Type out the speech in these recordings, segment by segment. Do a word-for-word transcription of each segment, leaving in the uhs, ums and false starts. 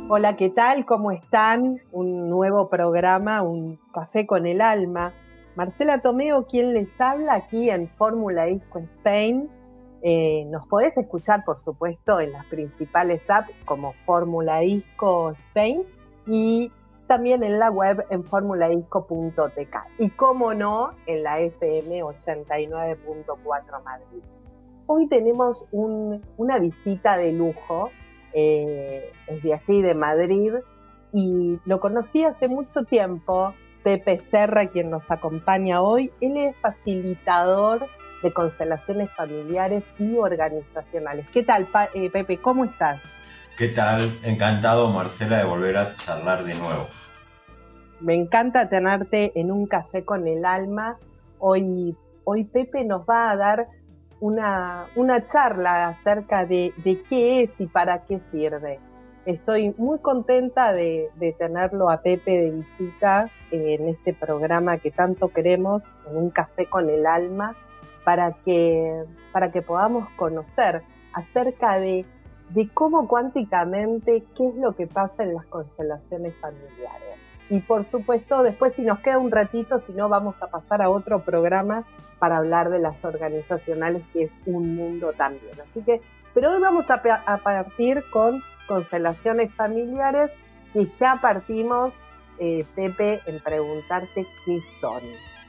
Hola, ¿qué tal? ¿Cómo están? Un nuevo programa, un café con el alma. Marcela Tomeo, quien les habla aquí en Fórmula Disco Spain. Eh, nos podés escuchar, por supuesto, en las principales apps como Fórmula Disco Spain y también en la web en formula disco punto t k. Y cómo no, en la F M ochenta y nueve punto cuatro Madrid. Hoy tenemos un, una visita de lujo. Eh, es de allí, de Madrid, y lo conocí hace mucho tiempo. Pepe Serra, quien nos acompaña hoy, él es facilitador de constelaciones familiares y organizacionales. ¿Qué tal, pa- eh, Pepe? ¿Cómo estás? ¿Qué tal? Encantado, Marcela, de volver a charlar de nuevo. Me encanta tenerte en un café con el alma. Hoy, hoy Pepe nos va a dar una, una charla acerca de, de qué es y para qué sirve. Estoy muy contenta de, de tenerlo a Pepe de visita en este programa que tanto queremos, en un café con el alma, para que, para que podamos conocer acerca de, de cómo cuánticamente, qué es lo que pasa en las constelaciones familiares. Y por supuesto, después si nos queda un ratito, si no vamos a pasar a otro programa para hablar de las organizacionales, que es un mundo también. Así que, pero hoy vamos a, a partir con constelaciones familiares, y ya partimos, eh, Pepe, en preguntarte qué son.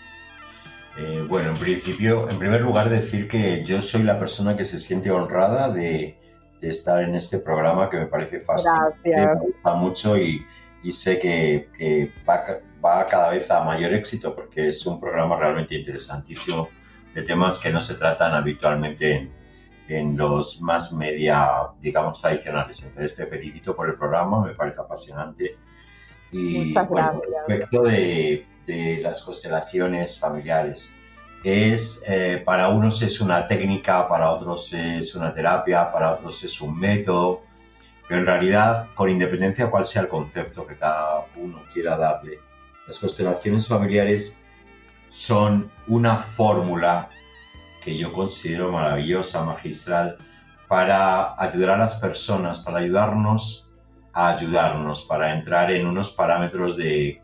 Eh, bueno, en principio, en primer lugar, decir que yo soy la persona que se siente honrada de, de estar en este programa, que me parece fascinante, Gracias. me gusta mucho y, y sé que, que va, va cada vez a mayor éxito porque es un programa realmente interesantísimo de temas que no se tratan habitualmente en, en los más media, digamos, tradicionales. Entonces te felicito por el programa, me parece apasionante. Y Muchas bueno, gracias. respecto de, de las constelaciones familiares, es, eh, para unos es una técnica, para otros es una terapia, para otros es un método, pero en realidad, con independencia de cuál sea el concepto que cada uno quiera darle, las constelaciones familiares son una fórmula que yo considero maravillosa, magistral, para ayudar a las personas, para ayudarnos a ayudarnos, para entrar en unos parámetros de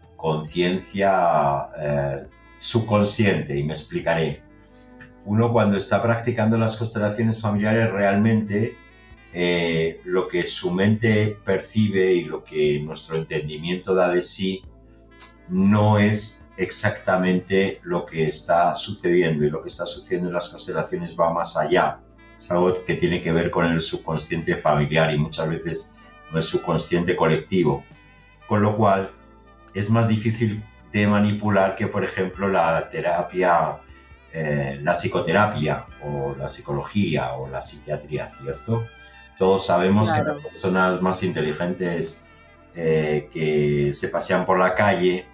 conciencia eh, subconsciente, y me explicaré. Uno, cuando está practicando las constelaciones familiares, realmente eh, lo que su mente percibe y lo que nuestro entendimiento da de sí no es exactamente lo que está sucediendo, y lo que está sucediendo en las constelaciones va más allá. Es algo que tiene que ver con el subconsciente familiar y muchas veces con el subconsciente colectivo, con lo cual es más difícil de manipular que, por ejemplo, la terapia, eh, la psicoterapia o la psicología o la psiquiatría, ¿cierto? Todos sabemos claro. que las personas más inteligentes eh, que se pasean por la calle,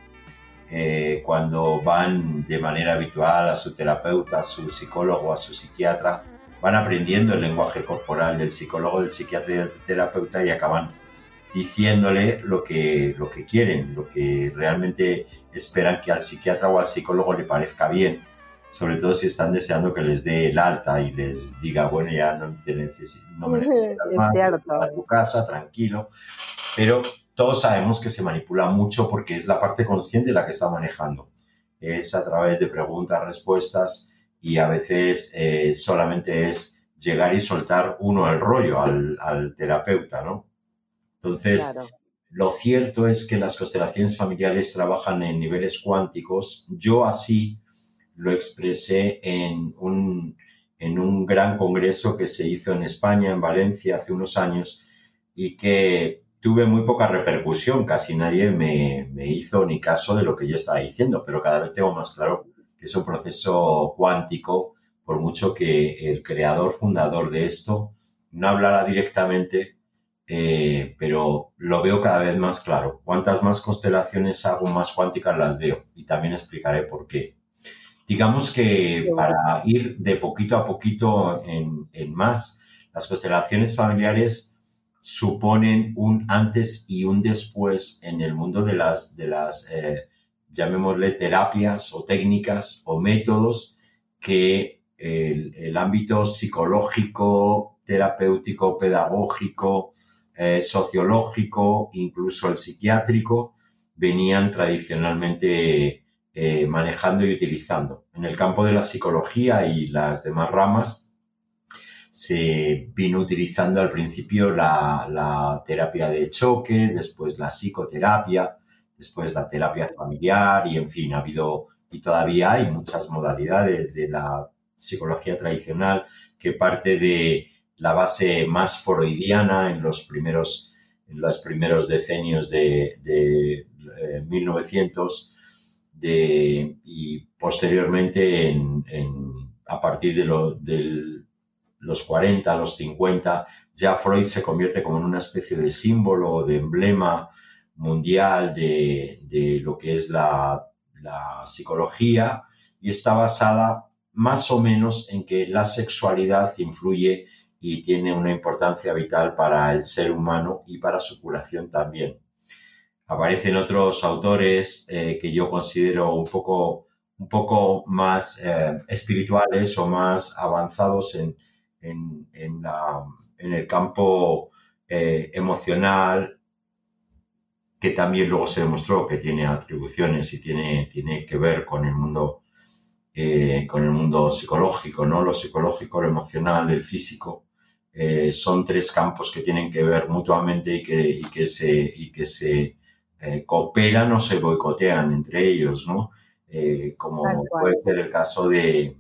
Eh, cuando van de manera habitual a su terapeuta, a su psicólogo, a su psiquiatra, van aprendiendo el lenguaje corporal del psicólogo, del psiquiatra y del terapeuta, y acaban diciéndole lo que, lo que quieren, lo que realmente esperan que al psiquiatra o al psicólogo le parezca bien, sobre todo si están deseando que les dé el alta y les diga, bueno, ya no te necesito, no me necesitas más, a tu casa, tranquilo. Pero todos sabemos que se manipula mucho porque es la parte consciente la que está manejando. Es a través de preguntas, respuestas, y a veces eh, solamente es llegar y soltar uno el rollo al, al terapeuta, ¿no? Entonces, claro. Lo cierto es que las constelaciones familiares trabajan en niveles cuánticos. Yo así lo expresé en un, en un gran congreso que se hizo en España, en Valencia, hace unos años, y que tuve muy poca repercusión. Casi nadie me, me hizo ni caso de lo que yo estaba diciendo, pero cada vez tengo más claro que es un proceso cuántico, por mucho que el creador, fundador de esto, no hablara directamente, eh, pero lo veo cada vez más claro. Cuantas más constelaciones hago, más cuánticas las veo, y también explicaré por qué. Digamos que para ir de poquito a poquito en, en más, las constelaciones familiares suponen un antes y un después en el mundo de las, de las eh, llamémosle terapias o técnicas o métodos que el, el ámbito psicológico, terapéutico, pedagógico, eh, sociológico, incluso el psiquiátrico, venían tradicionalmente eh, manejando y utilizando. En el campo de la psicología y las demás ramas se vino utilizando al principio la, la terapia de choque, después la psicoterapia, después la terapia familiar y, en fin, ha habido y todavía hay muchas modalidades de la psicología tradicional que parte de la base más freudiana en los primeros, en los primeros decenios de, de eh, mil novecientos de, y posteriormente en, en, a partir de, lo, de los cuarenta, los cincuenta, ya Freud se convierte como en una especie de símbolo, de emblema mundial de, de lo que es la, la psicología, y está basada más o menos en que la sexualidad influye y tiene una importancia vital para el ser humano y para su curación también. Aparecen otros autores eh, que yo considero un poco, un poco más eh, espirituales o más avanzados en, en, en, la, en el campo eh, emocional, que también luego se demostró que tiene atribuciones y tiene, tiene que ver con el mundo eh, con el mundo psicológico, ¿no? Lo psicológico, lo emocional, el físico, eh, son tres campos que tienen que ver mutuamente y que, y que se, y que se eh, cooperan o se boicotean entre ellos, ¿no? Eh, como puede ser el caso de,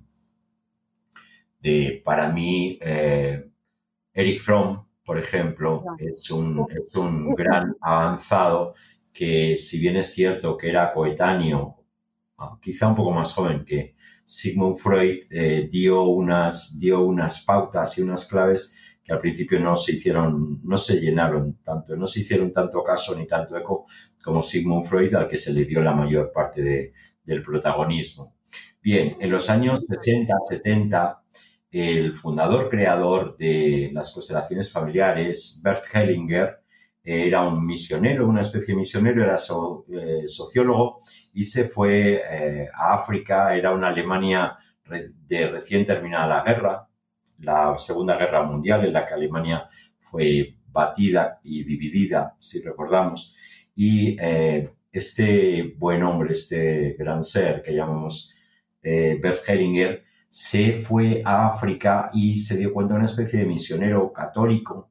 de para mí, eh, Erich Fromm, por ejemplo, es un, es un gran avanzado que, si bien es cierto que era coetáneo, quizá un poco más joven que Sigmund Freud, eh, dio, unas, dio unas pautas y unas claves que al principio no se hicieron, no se llenaron tanto, no se hicieron tanto caso ni tanto eco como Sigmund Freud, al que se le dio la mayor parte de, del protagonismo. Bien, en los años sesenta, setenta, el fundador, creador de las constelaciones familiares, Bert Hellinger, era un misionero, una especie de misionero, era so, eh, sociólogo y se fue eh, a África. Era una Alemania re, de recién terminada la guerra, la Segunda Guerra Mundial, en la que Alemania fue batida y dividida, si recordamos. Y eh, este buen hombre, este gran ser que llamamos eh, Bert Hellinger, se fue a África y se dio cuenta de una especie de misionero católico,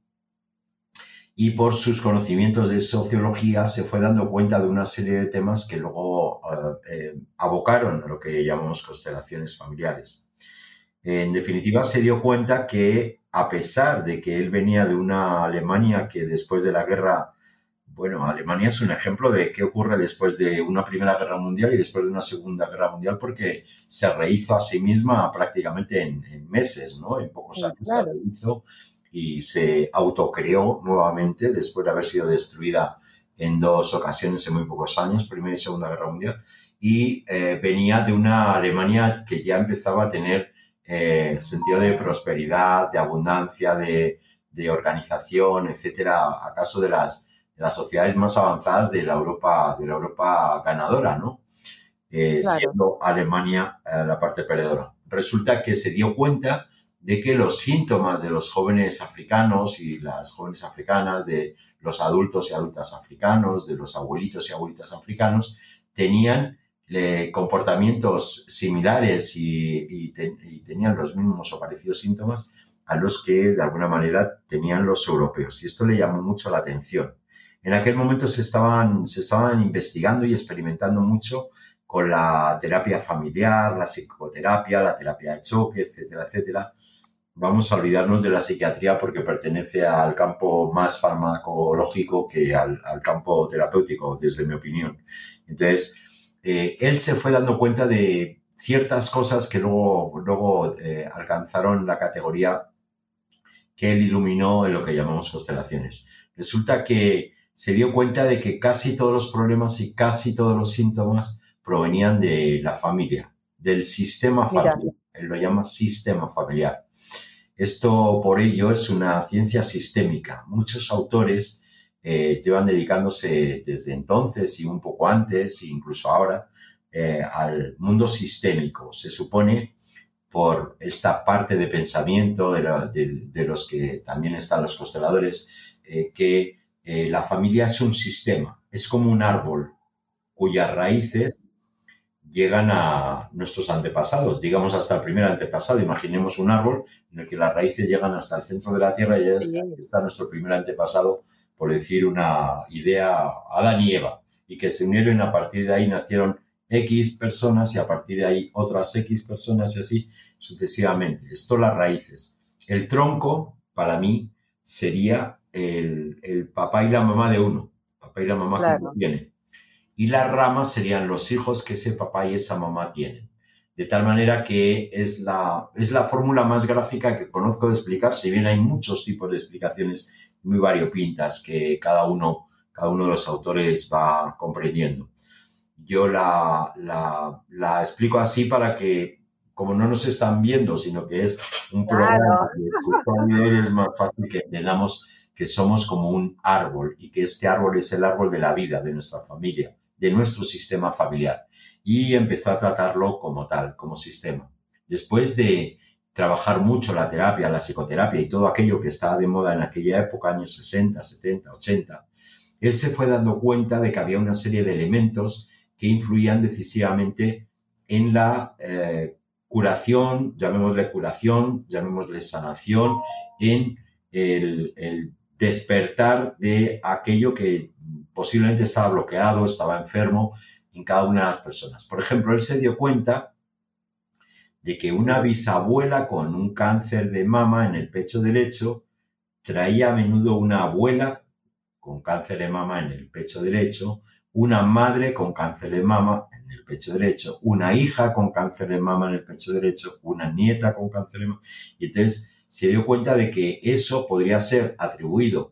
y por sus conocimientos de sociología se fue dando cuenta de una serie de temas que luego uh, eh, abocaron a lo que llamamos constelaciones familiares. En definitiva, se dio cuenta que, a pesar de que él venía de una Alemania que después de la guerra, bueno, Alemania es un ejemplo de qué ocurre después de una Primera Guerra Mundial y después de una Segunda Guerra Mundial, porque se rehizo a sí misma prácticamente en, en meses, ¿no? En pocos años se rehizo y se autocreó nuevamente después de haber sido destruida en dos ocasiones en muy pocos años, Primera y Segunda Guerra Mundial, y eh, venía de una Alemania que ya empezaba a tener eh, sentido de prosperidad, de abundancia, de, de organización, etcétera, acaso de las, de las sociedades más avanzadas de la Europa, de la Europa ganadora, ¿no? Eh, claro. Siendo Alemania eh, la parte perdedora. Resulta que se dio cuenta de que los síntomas de los jóvenes africanos y las jóvenes africanas, de los adultos y adultas africanos, de los abuelitos y abuelitas africanos, tenían eh, comportamientos similares y, y, te, y tenían los mismos o parecidos síntomas a los que de alguna manera tenían los europeos. Y esto le llamó mucho la atención. En aquel momento se estaban, se estaban investigando y experimentando mucho con la terapia familiar, la psicoterapia, la terapia de choque, etcétera, etcétera. Vamos a olvidarnos de la psiquiatría porque pertenece al campo más farmacológico que al, al campo terapéutico, desde mi opinión. Entonces, eh, él se fue dando cuenta de ciertas cosas que luego, luego eh, alcanzaron la categoría que él iluminó en lo que llamamos constelaciones. Resulta que se dio cuenta de que casi todos los problemas y casi todos los síntomas provenían de la familia, del sistema familiar. Mira. Él lo llama sistema familiar. Esto, por ello, es una ciencia sistémica. Muchos autores eh, llevan dedicándose desde entonces y un poco antes, e incluso ahora, eh, al mundo sistémico. Se supone por esta parte de pensamiento de, la, de, de los que también están los consteladores, eh, que eh, la familia es un sistema, es como un árbol cuyas raíces llegan a nuestros antepasados, digamos hasta el primer antepasado. Imaginemos un árbol en el que las raíces llegan hasta el centro de la tierra y aquí está nuestro primer antepasado, por decir una idea, Adán y Eva, y que se unieron y a partir de ahí nacieron X personas y a partir de ahí otras X personas y así sucesivamente. Esto las raíces. El tronco, para mí, sería el, el papá y la mamá de uno, papá y la mamá Claro. que tiene. Y las ramas serían los hijos que ese papá y esa mamá tienen. De tal manera que es la, es la fórmula más gráfica que conozco de explicar, si bien hay muchos tipos de explicaciones muy variopintas que cada uno, cada uno de los autores va comprendiendo. Yo la, la, la explico así para que, como no nos están viendo, sino que es un programa Claro. que es más fácil que entendamos que somos como un árbol y que este árbol es el árbol de la vida de nuestra familia, de nuestro sistema familiar. Y empezó a tratarlo como tal, como sistema. Después de trabajar mucho la terapia, la psicoterapia y todo aquello que estaba de moda en aquella época, años sesenta, setenta, ochenta, él se fue dando cuenta de que había una serie de elementos que influían decisivamente en la eh, curación, llamémosle curación, llamémosle sanación, en el, el despertar de aquello que posiblemente estaba bloqueado, estaba enfermo en cada una de las personas. Por ejemplo, él se dio cuenta de que una bisabuela con un cáncer de mama en el pecho derecho traía a menudo una abuela con cáncer de mama en el pecho derecho, una madre con cáncer de mama en el pecho derecho, una hija con cáncer de mama en el pecho derecho, una nieta con cáncer de mama. Y entonces se dio cuenta de que eso podría ser atribuido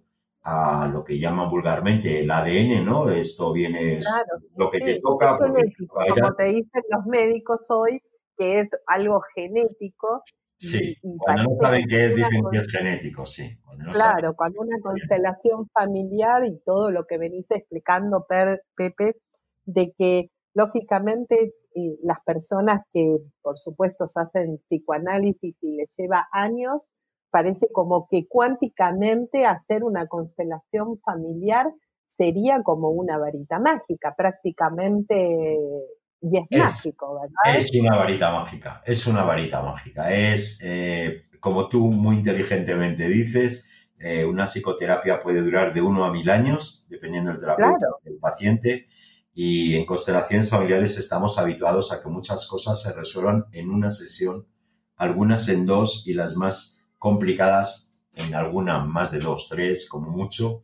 a lo que llaman vulgarmente el A D N, ¿no? Esto viene, es Claro, sí, lo que te sí, es toca porque te genético, toca como ya. te dicen los médicos hoy, que es algo genético y, Sí, y cuando no parece que saben con qué es, una, dicen que con- es genético, sí. Cuando no saben, claro, con una bien. constelación familiar y todo lo que venís explicando, Per- Pepe, de que lógicamente eh, las personas que por supuesto se hacen psicoanálisis y les lleva años, parece como que cuánticamente hacer una constelación familiar sería como una varita mágica, prácticamente, y es Es, mágico, ¿verdad? es una varita mágica, es una varita mágica. Es, eh, como tú muy inteligentemente dices, eh, una psicoterapia puede durar de uno a mil años, dependiendo del terapeuta Claro, y del paciente. Y en constelaciones familiares estamos habituados a que muchas cosas se resuelvan en una sesión, algunas en dos y las más complicadas en alguna más de dos, tres, como mucho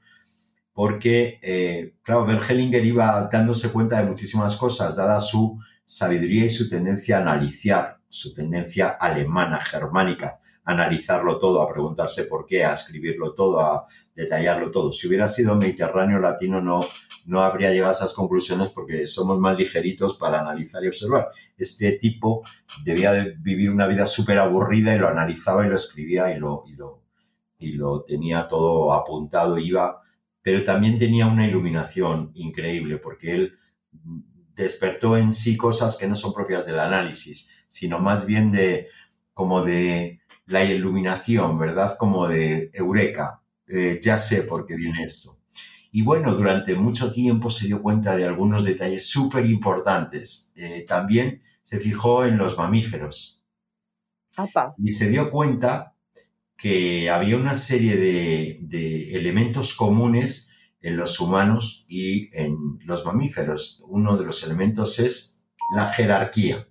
porque, eh, claro, Bert Hellinger iba dándose cuenta de muchísimas cosas, dada su sabiduría y su tendencia a analizar, su tendencia alemana, germánica, a analizarlo todo, a preguntarse por qué, a escribirlo todo, a detallarlo todo. Si hubiera sido mediterráneo latino, no, no habría llegado a esas conclusiones porque somos más ligeritos para analizar y observar. Este tipo debía de vivir una vida súper aburrida y lo analizaba y lo escribía y lo, y lo, y lo tenía todo apuntado, iba, pero también tenía una iluminación increíble porque él despertó en sí cosas que no son propias del análisis, sino más bien de como de la iluminación, ¿verdad? Como de eureka, eh, ya sé por qué viene esto. Y bueno, durante mucho tiempo se dio cuenta de algunos detalles súper importantes. Eh, también se fijó en los mamíferos apa, y se dio cuenta que había una serie de, de, elementos comunes en los humanos y en los mamíferos. Uno de los elementos es la jerarquía.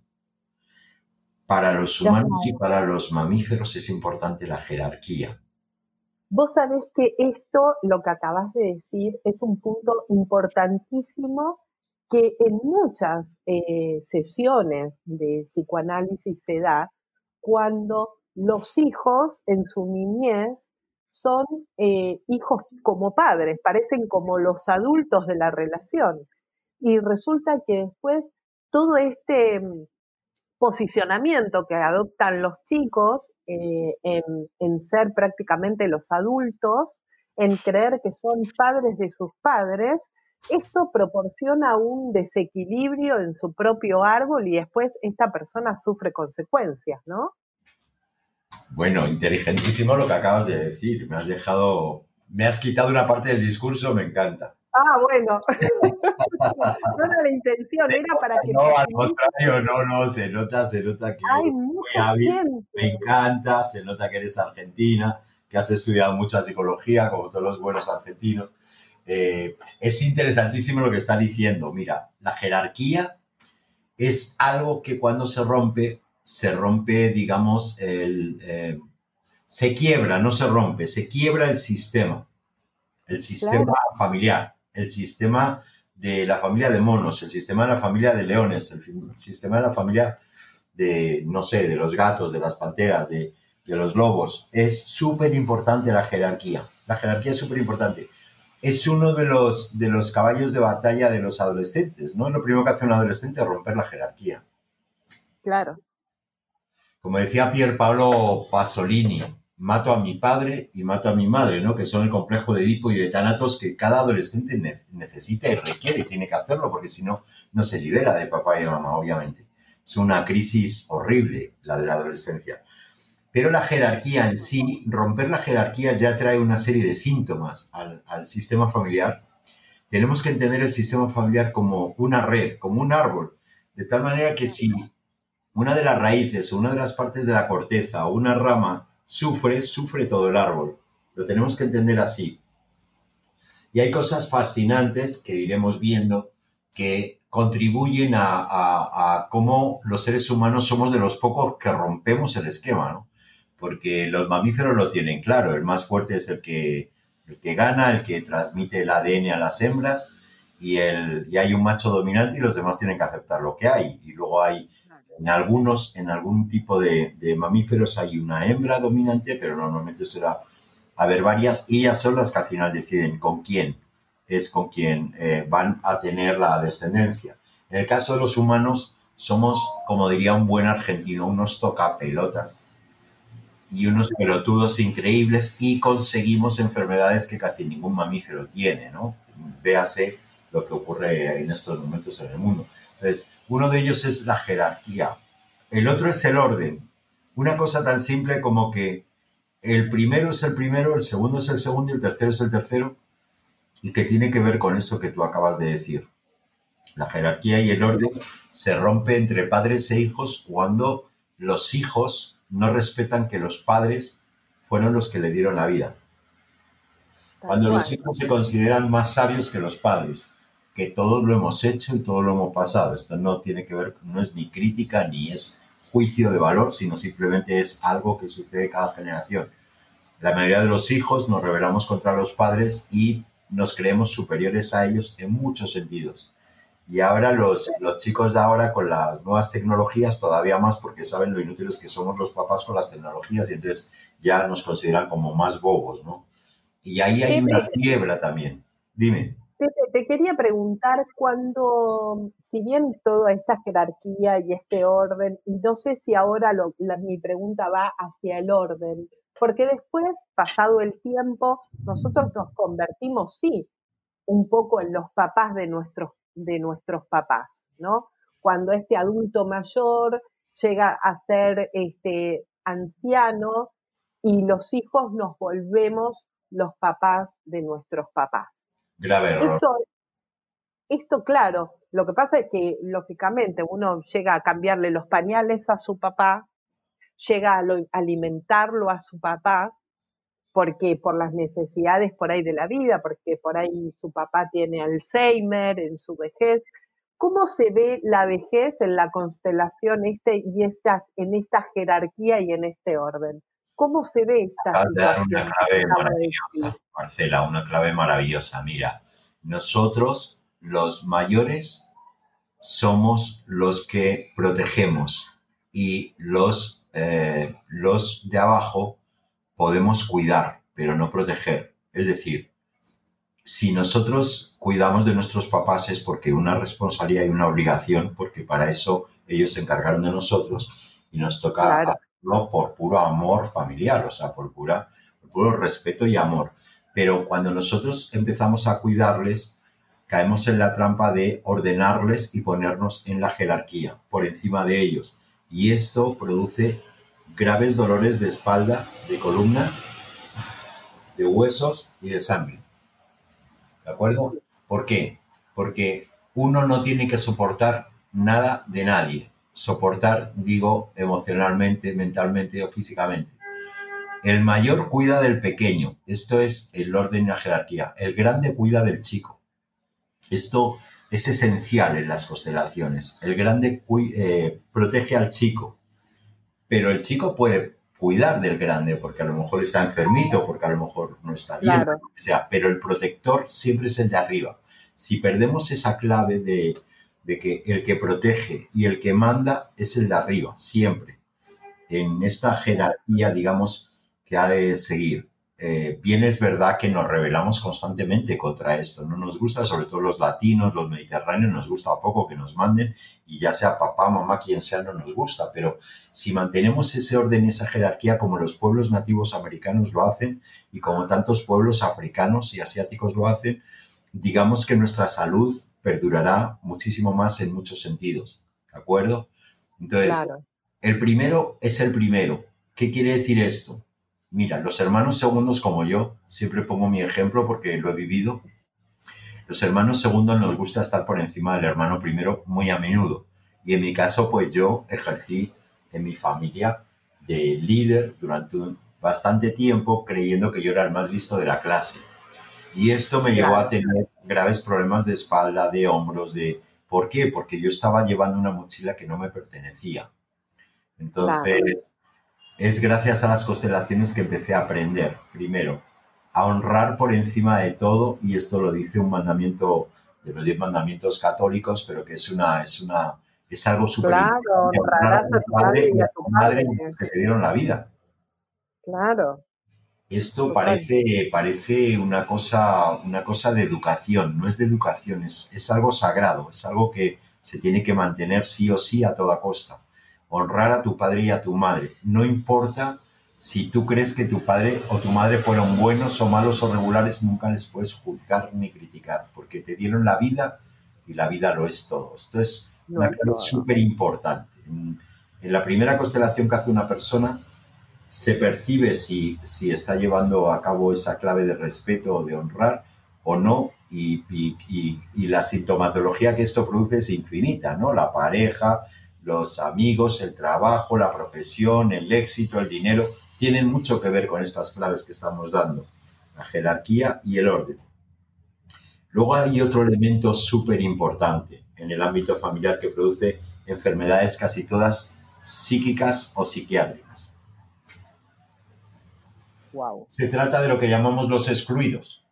Para los humanos y claro. para los mamíferos es importante la jerarquía. Vos sabés que esto, lo que acabas de decir, es un punto importantísimo que en muchas eh, sesiones de psicoanálisis se da cuando los hijos en su niñez son eh, hijos como padres, parecen como los adultos de la relación. Y resulta que después todo este mm, posicionamiento que adoptan los chicos eh, en, en ser prácticamente los adultos, en creer que son padres de sus padres, esto proporciona un desequilibrio en su propio árbol y después esta persona sufre consecuencias, ¿no? Bueno, inteligentísimo lo que acabas de decir. Me has dejado, me has quitado una parte del discurso, me encanta. Ah, bueno. No era la intención, era para que No, al profundice. contrario, no, no, se nota, se nota que Hay eres muy mucha hábil, gente. me encanta, se nota que eres argentina, que has estudiado mucha psicología, como todos los buenos argentinos. Eh, es interesantísimo lo que está diciendo. Mira, la jerarquía es algo que cuando se rompe, se rompe, digamos, el, eh, se quiebra, no se rompe, se quiebra el sistema, el sistema Claro, familiar, el sistema de la familia de monos, el sistema de la familia de leones, el sistema de la familia de, no sé, de los gatos, de las panteras, de, de los lobos. Es súper importante la jerarquía. La jerarquía es súper importante. Es uno de los, de los caballos de batalla de los adolescentes, ¿no? Lo primero que hace un adolescente es romper la jerarquía. claro. Como decía Pier Paolo Pasolini, mato a mi padre y mato a mi madre, ¿no? Que son el complejo de Edipo y de Tánatos que cada adolescente ne- necesita y requiere y tiene que hacerlo, porque si no, no se libera de papá y de mamá, obviamente. Es una crisis horrible la de la adolescencia. Pero la jerarquía en sí, romper la jerarquía ya trae una serie de síntomas al, al sistema familiar. Tenemos que entender el sistema familiar como una red, como un árbol, de tal manera que si una de las raíces o una de las partes de la corteza o una rama sufre, sufre todo el árbol. Lo tenemos que entender así. Y hay cosas fascinantes que iremos viendo que contribuyen a, a, a cómo los seres humanos somos de los pocos que rompemos el esquema, ¿no? Porque los mamíferos lo tienen claro, el más fuerte es el que, el que gana, el que transmite el A D N a las hembras y, el, y hay un macho dominante y los demás tienen que aceptar lo que hay. Y luego hay, en algunos, en algún tipo de, de mamíferos hay una hembra dominante, pero normalmente será haber varias y ellas son las que al final deciden con quién es con quien eh, van a tener la descendencia. En el caso de los humanos, somos, como diría un buen argentino, unos tocapelotas y unos pelotudos increíbles y conseguimos enfermedades que casi ningún mamífero tiene, ¿no? Véase lo que ocurre en estos momentos en el mundo. Entonces, uno de ellos es la jerarquía. El otro es el orden. Una cosa tan simple como que el primero es el primero, el segundo es el segundo y el tercero es el tercero, y que tiene que ver con eso que tú acabas de decir. La jerarquía y el orden se rompe entre padres e hijos cuando los hijos no respetan que los padres fueron los que le dieron la vida. Tal Cuando los cual. hijos se consideran más sabios que los padres, que todos lo hemos hecho y todos lo hemos pasado. Esto no tiene que ver, no es ni crítica ni es juicio de valor, sino simplemente es algo que sucede cada generación. La mayoría de los hijos nos rebelamos contra los padres y nos creemos superiores a ellos en muchos sentidos. Y ahora los, los chicos de ahora con las nuevas tecnologías todavía más porque saben lo inútiles que somos los papás con las tecnologías y entonces ya nos consideran como más bobos, ¿no? Y ahí hay Pepe, una quiebra también. Dime. Pepe, te quería preguntar cuando, si bien toda esta jerarquía y este orden, y no sé si ahora lo- la- mi pregunta va hacia el orden, porque después, pasado el tiempo, nosotros nos convertimos, sí, un poco en los papás de nuestros, de nuestros papás, ¿no? Cuando este adulto mayor llega a ser este anciano y los hijos nos volvemos los papás de nuestros papás. Grave error. Esto, esto, claro, lo que pasa es que lógicamente uno llega a cambiarle los pañales a su papá, llega a lo- alimentarlo a su papá, porque por las necesidades por ahí de la vida, porque por ahí su papá tiene Alzheimer en su vejez. ¿Cómo se ve la vejez en la constelación este y esta, en esta jerarquía y en este orden? ¿Cómo se ve esta Acabas de dar una situación que clave acabo de decir? maravillosa, Marcela, una clave maravillosa. Mira, nosotros, los mayores, somos los que protegemos y los, eh, los de abajo podemos cuidar, pero no proteger. Es decir, si nosotros cuidamos de nuestros papás es porque una responsabilidad y una obligación, porque para eso ellos se encargaron de nosotros y nos toca Claro, hacerlo por puro amor familiar, o sea, por, pura, por puro respeto y amor. Pero cuando nosotros empezamos a cuidarles, caemos en la trampa de ordenarles y ponernos en la jerarquía, por encima de ellos. Y esto produce graves dolores de espalda, de columna, de huesos y de sangre. ¿De acuerdo? ¿Por qué? Porque uno no tiene que soportar nada de nadie. Soportar, digo, emocionalmente, mentalmente o físicamente. El mayor cuida del pequeño. Esto es el orden y la jerarquía. El grande cuida del chico. Esto es esencial en las constelaciones. El grande eh, protege al chico, pero el chico puede cuidar del grande porque a lo mejor está enfermito, porque a lo mejor no está bien, Claro. o sea, pero el protector siempre es el de arriba. Si perdemos esa clave de, de que el que protege y el que manda es el de arriba, siempre. En esta jerarquía, digamos, que ha de seguir. Eh, bien es verdad que nos rebelamos constantemente contra esto. No nos gusta, sobre todo los latinos, los mediterráneos, nos gusta poco que nos manden y ya sea papá, mamá, quien sea, no nos gusta. Pero si mantenemos ese orden y esa jerarquía como los pueblos nativos americanos lo hacen y como tantos pueblos africanos y asiáticos lo hacen, digamos que nuestra salud perdurará muchísimo más en muchos sentidos. ¿De acuerdo? Entonces, Claro. el primero es el primero. ¿Qué quiere decir esto? Mira, los hermanos segundos como yo, siempre pongo mi ejemplo porque lo he vivido, los hermanos segundos nos gusta estar por encima del hermano primero muy a menudo. Y en mi caso, pues yo ejercí en mi familia de líder durante un bastante tiempo creyendo que yo era el más listo de la clase. Y esto me llevó Claro. a tener graves problemas de espalda, de hombros, de... ¿Por qué? Porque yo estaba llevando una mochila que no me pertenecía. Entonces... Claro. Es gracias a las constelaciones que empecé a aprender, primero, a honrar por encima de todo, y esto lo dice un mandamiento de los diez mandamientos católicos, pero que es una, es una, es algo súper Claro, importante, honrar a honrarás a tu tu padre padre y y a a tu tu madre madre. que te dieron la vida. Claro, Esto total. parece, parece una cosa, una cosa de educación, no es de educación, es, es algo sagrado, es algo que se tiene que mantener sí o sí a toda costa. Honrar a tu padre y a tu madre. No importa si tú crees que tu padre o tu madre fueron buenos o malos o regulares, nunca les puedes juzgar ni criticar, porque te dieron la vida y la vida lo es todo. Esto es No una es clave todo. súper importante. En, en la primera constelación que hace una persona, se percibe si, si está llevando a cabo esa clave de respeto o de honrar o no, y, y, y, y la sintomatología que esto produce es infinita, ¿no? La pareja, los amigos, el trabajo, la profesión, el éxito, el dinero, tienen mucho que ver con estas claves que estamos dando, la jerarquía y el orden. Luego hay otro elemento súper importante en el ámbito familiar que produce enfermedades casi todas psíquicas o psiquiátricas. Wow. Se trata de lo que llamamos los excluidos.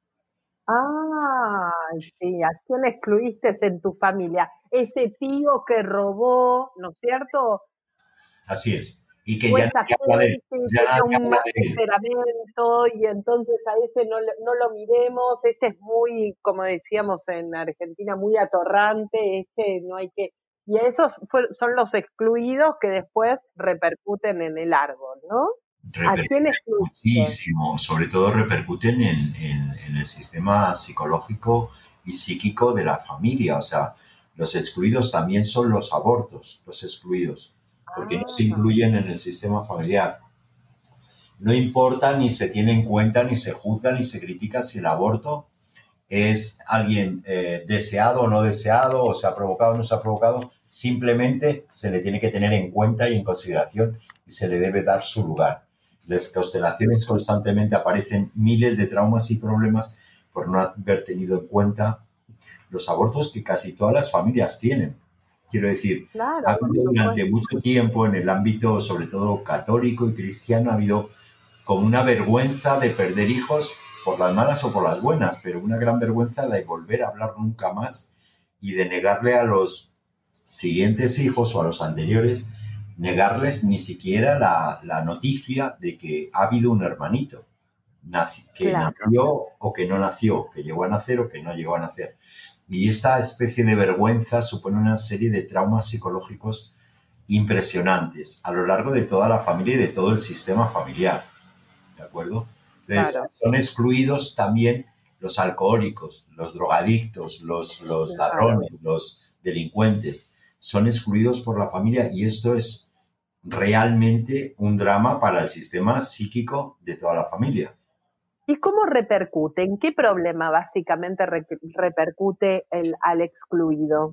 Ah, sí, ¿a quién excluiste en tu familia? Ese tío que robó, ¿no es cierto? Así es. Y que O ya esa nadie habla de él. gente que Ya tenía nadie un habla mal de él. temperamento y entonces a ese no, le- no lo miremos, este es muy, como decíamos en Argentina, muy atorrante, este no hay que... Y esos fue- son los excluidos que después repercuten en el árbol, ¿no? ¿A quién Repercuten excluiste? muchísimo. Sobre todo repercuten en, en, en el sistema psicológico y psíquico de la familia. O sea, los excluidos también son los abortos, los excluidos, porque no se Ah, incluyen en el sistema familiar. No importa ni se tiene en cuenta, ni se juzga, ni se critica si el aborto es alguien eh, deseado o no deseado, o se ha provocado o no se ha provocado, simplemente se le tiene que tener en cuenta y en consideración y se le debe dar su lugar. Las constelaciones constantemente aparecen miles de traumas y problemas por no haber tenido en cuenta los abortos que casi todas las familias tienen. Quiero decir, ha claro, por habido durante supuesto. mucho tiempo en el ámbito, sobre todo católico y cristiano, ha habido como una vergüenza de perder hijos por las malas o por las buenas, pero una gran vergüenza de volver a hablar nunca más y de negarle a los siguientes hijos o a los anteriores, negarles ni siquiera la, la noticia de que ha habido un hermanito naci, que Claro, nació o que no nació, que llegó a nacer o que no llegó a nacer. Y esta especie de vergüenza supone una serie de traumas psicológicos impresionantes a lo largo de toda la familia y de todo el sistema familiar. ¿De acuerdo? Entonces, claro. son excluidos también los alcohólicos, los drogadictos, los, los Claro. ladrones, los delincuentes, son excluidos por la familia y esto es realmente un drama para el sistema psíquico de toda la familia. ¿Y cómo repercute? ¿En qué problema básicamente re- repercute el, al excluido?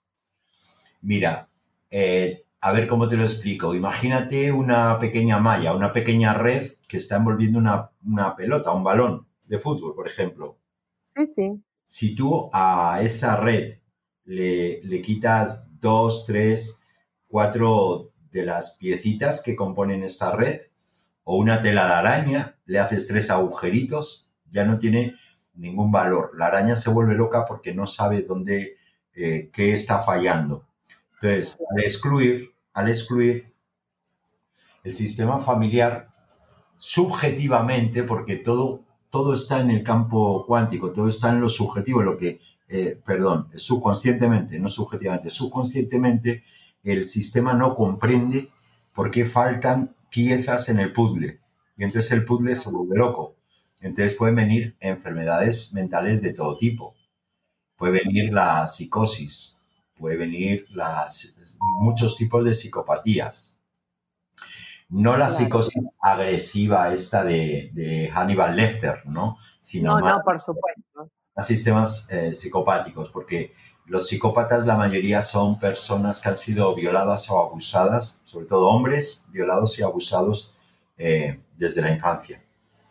Mira, eh, a ver cómo te lo explico. Imagínate una pequeña malla, una pequeña red que está envolviendo una, una pelota, un balón de fútbol, por ejemplo. Sí, sí, Si tú a esa red le, le quitas dos, tres, cuatro de las piecitas que componen esta red, o una tela de araña, le haces tres agujeritos, ya no tiene ningún valor. La araña se vuelve loca porque no sabe dónde, eh, qué está fallando. Entonces, al excluir, al excluir, el sistema familiar subjetivamente, porque todo, todo está en el campo cuántico, todo está en lo subjetivo, lo que, eh, perdón, subconscientemente, no subjetivamente, subconscientemente el sistema no comprende por qué faltan piezas en el puzzle. Y entonces el puzzle se vuelve loco. Entonces pueden venir enfermedades mentales de todo tipo. Puede venir la psicosis, puede venir las, muchos tipos de psicopatías. No la claro. psicosis agresiva esta de, de Hannibal Lecter, ¿no? Sino No, más no, por supuesto. a sistemas eh, psicopáticos, porque los psicópatas, la mayoría son personas que han sido violadas o abusadas, sobre todo hombres violados y abusados eh, desde la infancia.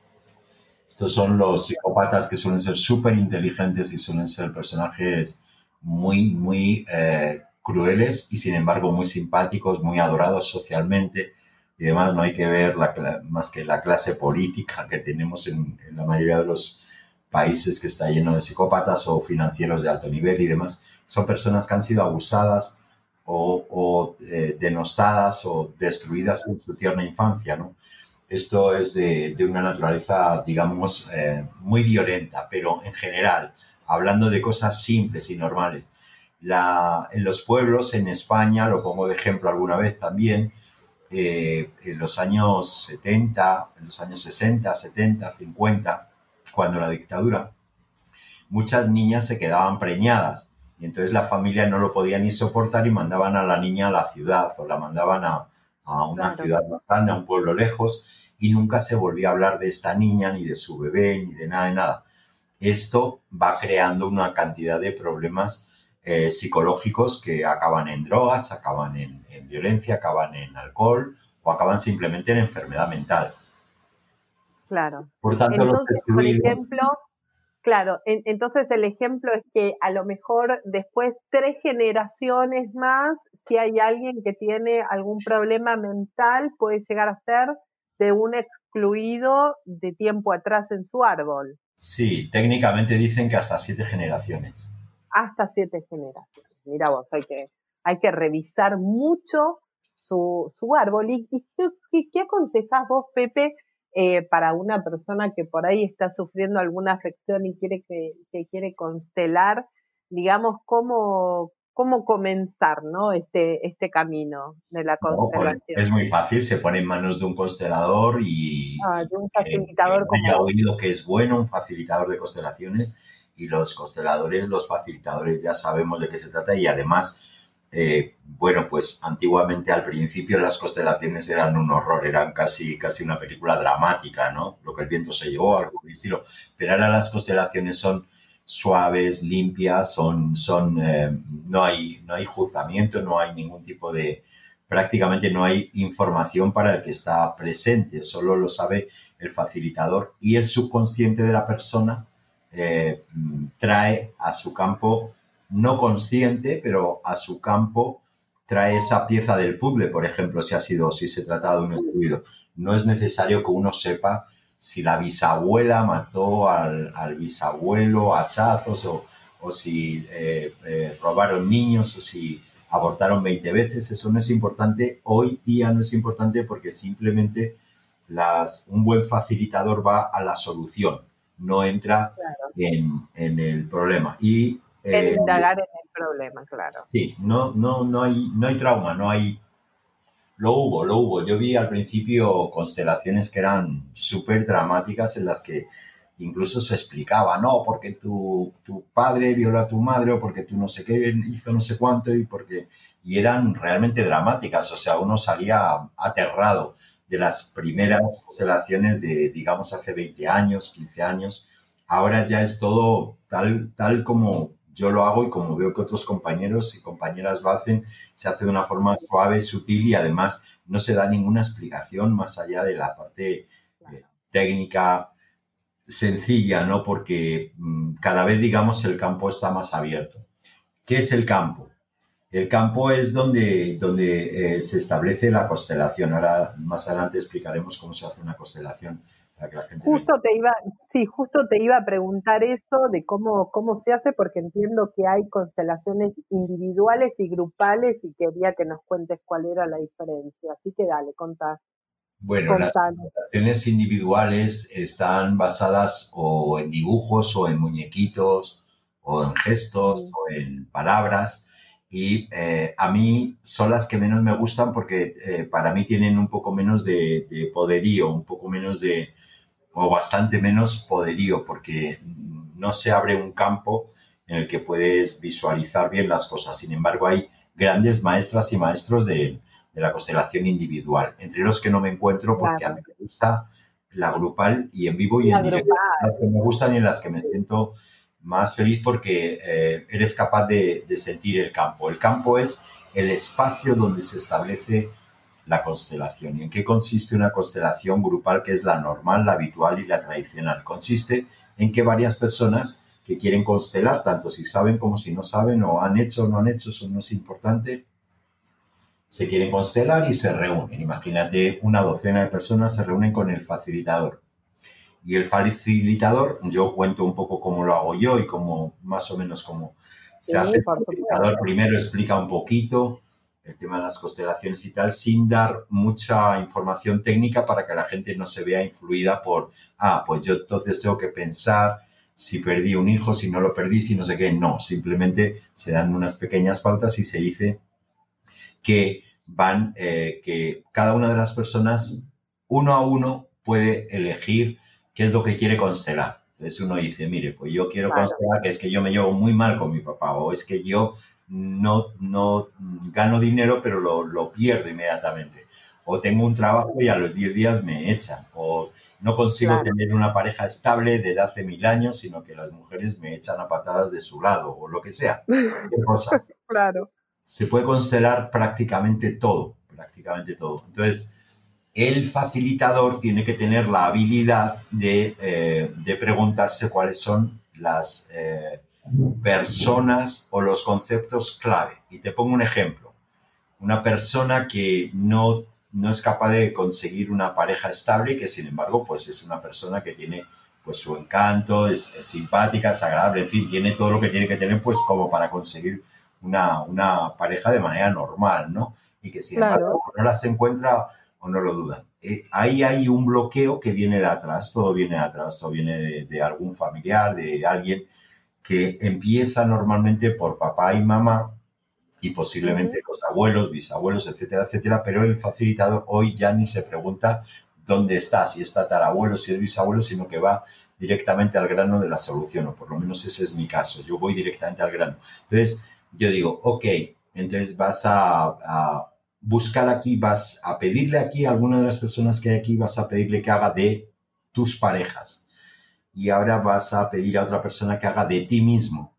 Estos son los psicópatas que suelen ser súper inteligentes y suelen ser personajes muy, muy eh, crueles y sin embargo muy simpáticos, muy adorados socialmente y demás. No hay que ver la, más que la clase política que tenemos en, en la mayoría de los países, que está lleno de psicópatas o financieros de alto nivel y demás. Son personas que han sido abusadas o, o eh, denostadas o destruidas en su tierna infancia, ¿no? Esto es de, de una naturaleza, digamos, eh, muy violenta, pero en general, hablando de cosas simples y normales. La, en los pueblos, en España, lo pongo de ejemplo alguna vez también, eh, en los años setenta, en los años sesenta, setenta, cincuenta, cuando la dictadura, muchas niñas se quedaban preñadas y entonces la familia no lo podía ni soportar y mandaban a la niña a la ciudad o la mandaban a, a una Claro. ciudad más grande, a un pueblo lejos, y nunca se volvió a hablar de esta niña, ni de su bebé, ni de nada de nada. Esto va creando una cantidad de problemas eh, psicológicos que acaban en drogas, acaban en, en violencia, acaban en alcohol o acaban simplemente en enfermedad mental. Claro. Por tanto, los Entonces, por excluidos, ejemplo, claro, en- entonces el ejemplo es que a lo mejor después tres generaciones más, si hay alguien que tiene algún problema mental, puede llegar a ser de un excluido de tiempo atrás en su árbol, sí, técnicamente dicen que hasta siete generaciones. hasta siete generaciones. Mira vos, hay que, hay que revisar mucho su, su árbol. ¿Y, y qué, qué- qué aconsejás vos, Pepe, eh, para una persona que por ahí está sufriendo alguna afección y quiere que, que quiere constelar, digamos, cómo, cómo comenzar, ¿no? Este, este camino de la No, pues constelación? es muy fácil, se pone en manos de un constelador y, Ah, de y un que, que facilitador como haya vos. oído que es bueno, un facilitador de constelaciones, y los consteladores, los facilitadores ya sabemos de qué se trata y además, eh, bueno, pues antiguamente al principio las constelaciones eran un horror, eran casi, casi una película dramática, ¿no? Lo que el viento se llevó, algo por el estilo, pero ahora las constelaciones son suaves, limpias, son, son eh, no hay, no hay juzgamiento, no hay ningún tipo de, prácticamente no hay información para el que está presente, solo lo sabe el facilitador y el subconsciente de la persona eh, trae a su campo, no consciente, pero a su campo trae esa pieza del puzzle, por ejemplo, si ha sido, si se trata de un excluido. No es necesario que uno sepa si la bisabuela mató al, al bisabuelo a hachazos o, o si eh, eh, robaron niños o si abortaron veinte veces. Eso no es importante. Hoy día no es importante porque simplemente las, un buen facilitador va a la solución, no entra Claro. en, en el problema. Y En eh, indagar en el problema, claro. sí, no, no, no, hay, no hay trauma, no hay... Lo hubo, lo hubo. Yo vi al principio constelaciones que eran súper dramáticas en las que incluso se explicaba, no, porque tu, tu padre violó a tu madre o porque tú no sé qué hizo no sé cuánto y porque... Y eran realmente dramáticas, o sea, uno salía aterrado de las primeras constelaciones de, digamos, hace veinte años, quince años. Ahora ya es todo tal, tal como yo lo hago y como veo que otros compañeros y compañeras lo hacen, se hace de una forma suave, sutil y además no se da ninguna explicación más allá de la parte eh, técnica sencilla, ¿no? Porque mmm, cada vez, digamos, el campo está más abierto. ¿Qué es el campo? El campo es donde, donde eh, se establece la constelación. Ahora, más adelante explicaremos cómo se hace una constelación para que la gente... Justo te iba, sí, justo te iba a preguntar eso de cómo, cómo se hace, porque entiendo que hay constelaciones individuales y grupales y quería que nos cuentes cuál era la diferencia. Así que dale, contá. Bueno, las Contanos. constelaciones individuales están basadas o en dibujos o en muñequitos o en gestos Mm. o en palabras y eh, a mí son las que menos me gustan porque eh, para mí tienen un poco menos de, de poderío, un poco menos de, o bastante menos poderío porque no se abre un campo en el que puedes visualizar bien las cosas. Sin embargo, hay grandes maestras y maestros de, de la constelación individual, entre los que no me encuentro porque a Claro. mí me gusta la grupal y en vivo y La en directo. grupal. Las que me gustan y en las que me siento más feliz porque eh, eres capaz de, de sentir el campo. El campo es el espacio donde se establece la constelación. ¿Y en qué consiste una constelación grupal que es la normal, la habitual y la tradicional? Consiste en que varias personas que quieren constelar, tanto si saben como si no saben, o han hecho o no han hecho, eso no es importante, se quieren constelar y se reúnen. Imagínate, una docena de personas se reúnen con el facilitador. Y el facilitador, yo cuento un poco cómo lo hago yo y cómo más o menos cómo se Sí, hace. El por facilitador supuesto. primero explica un poquito el tema de las constelaciones y tal, sin dar mucha información técnica para que la gente no se vea influida por, ah, pues yo entonces tengo que pensar si perdí un hijo, si no lo perdí, si no sé qué. No, simplemente se dan unas pequeñas pautas y se dice que van, eh, que cada una de las personas, uno a uno, puede elegir qué es lo que quiere constelar. Entonces uno dice, mire, pues yo quiero Claro. constelar que es que yo me llevo muy mal con mi papá o es que yo no, no gano dinero pero lo, lo pierdo inmediatamente. O tengo un trabajo y a los diez días me echan. O no consigo Claro. tener una pareja estable desde hace mil años, sino que las mujeres me echan a patadas de su lado o lo que sea. Cualquier cosa. Claro. Se puede constelar prácticamente todo, prácticamente todo. Entonces, el facilitador tiene que tener la habilidad de, eh, de preguntarse cuáles son las eh, personas o los conceptos clave. Y te pongo un ejemplo. Una persona que no, no es capaz de conseguir una pareja estable, que sin embargo, pues es una persona que tiene pues su encanto, es, es simpática, es agradable, en fin, tiene todo lo que tiene que tener pues como para conseguir una, una pareja de manera normal, ¿no? Y que sin Claro. embargo no las encuentra o no lo dudan. Eh, ahí hay un bloqueo que viene de atrás, todo viene de atrás, todo viene de, de algún familiar, de alguien que empieza normalmente por papá y mamá y posiblemente Uh-huh. los abuelos, bisabuelos, etcétera, etcétera, pero el facilitador hoy ya ni se pregunta dónde está, si es tatarabuelo, si es bisabuelo, sino que va directamente al grano de la solución, o por lo menos ese es mi caso, yo voy directamente al grano. Entonces, yo digo, ok, entonces vas a, a buscar aquí, vas a pedirle aquí a alguna de las personas que hay aquí, vas a pedirle que haga de tus parejas. Y ahora vas a pedir a otra persona que haga de ti mismo.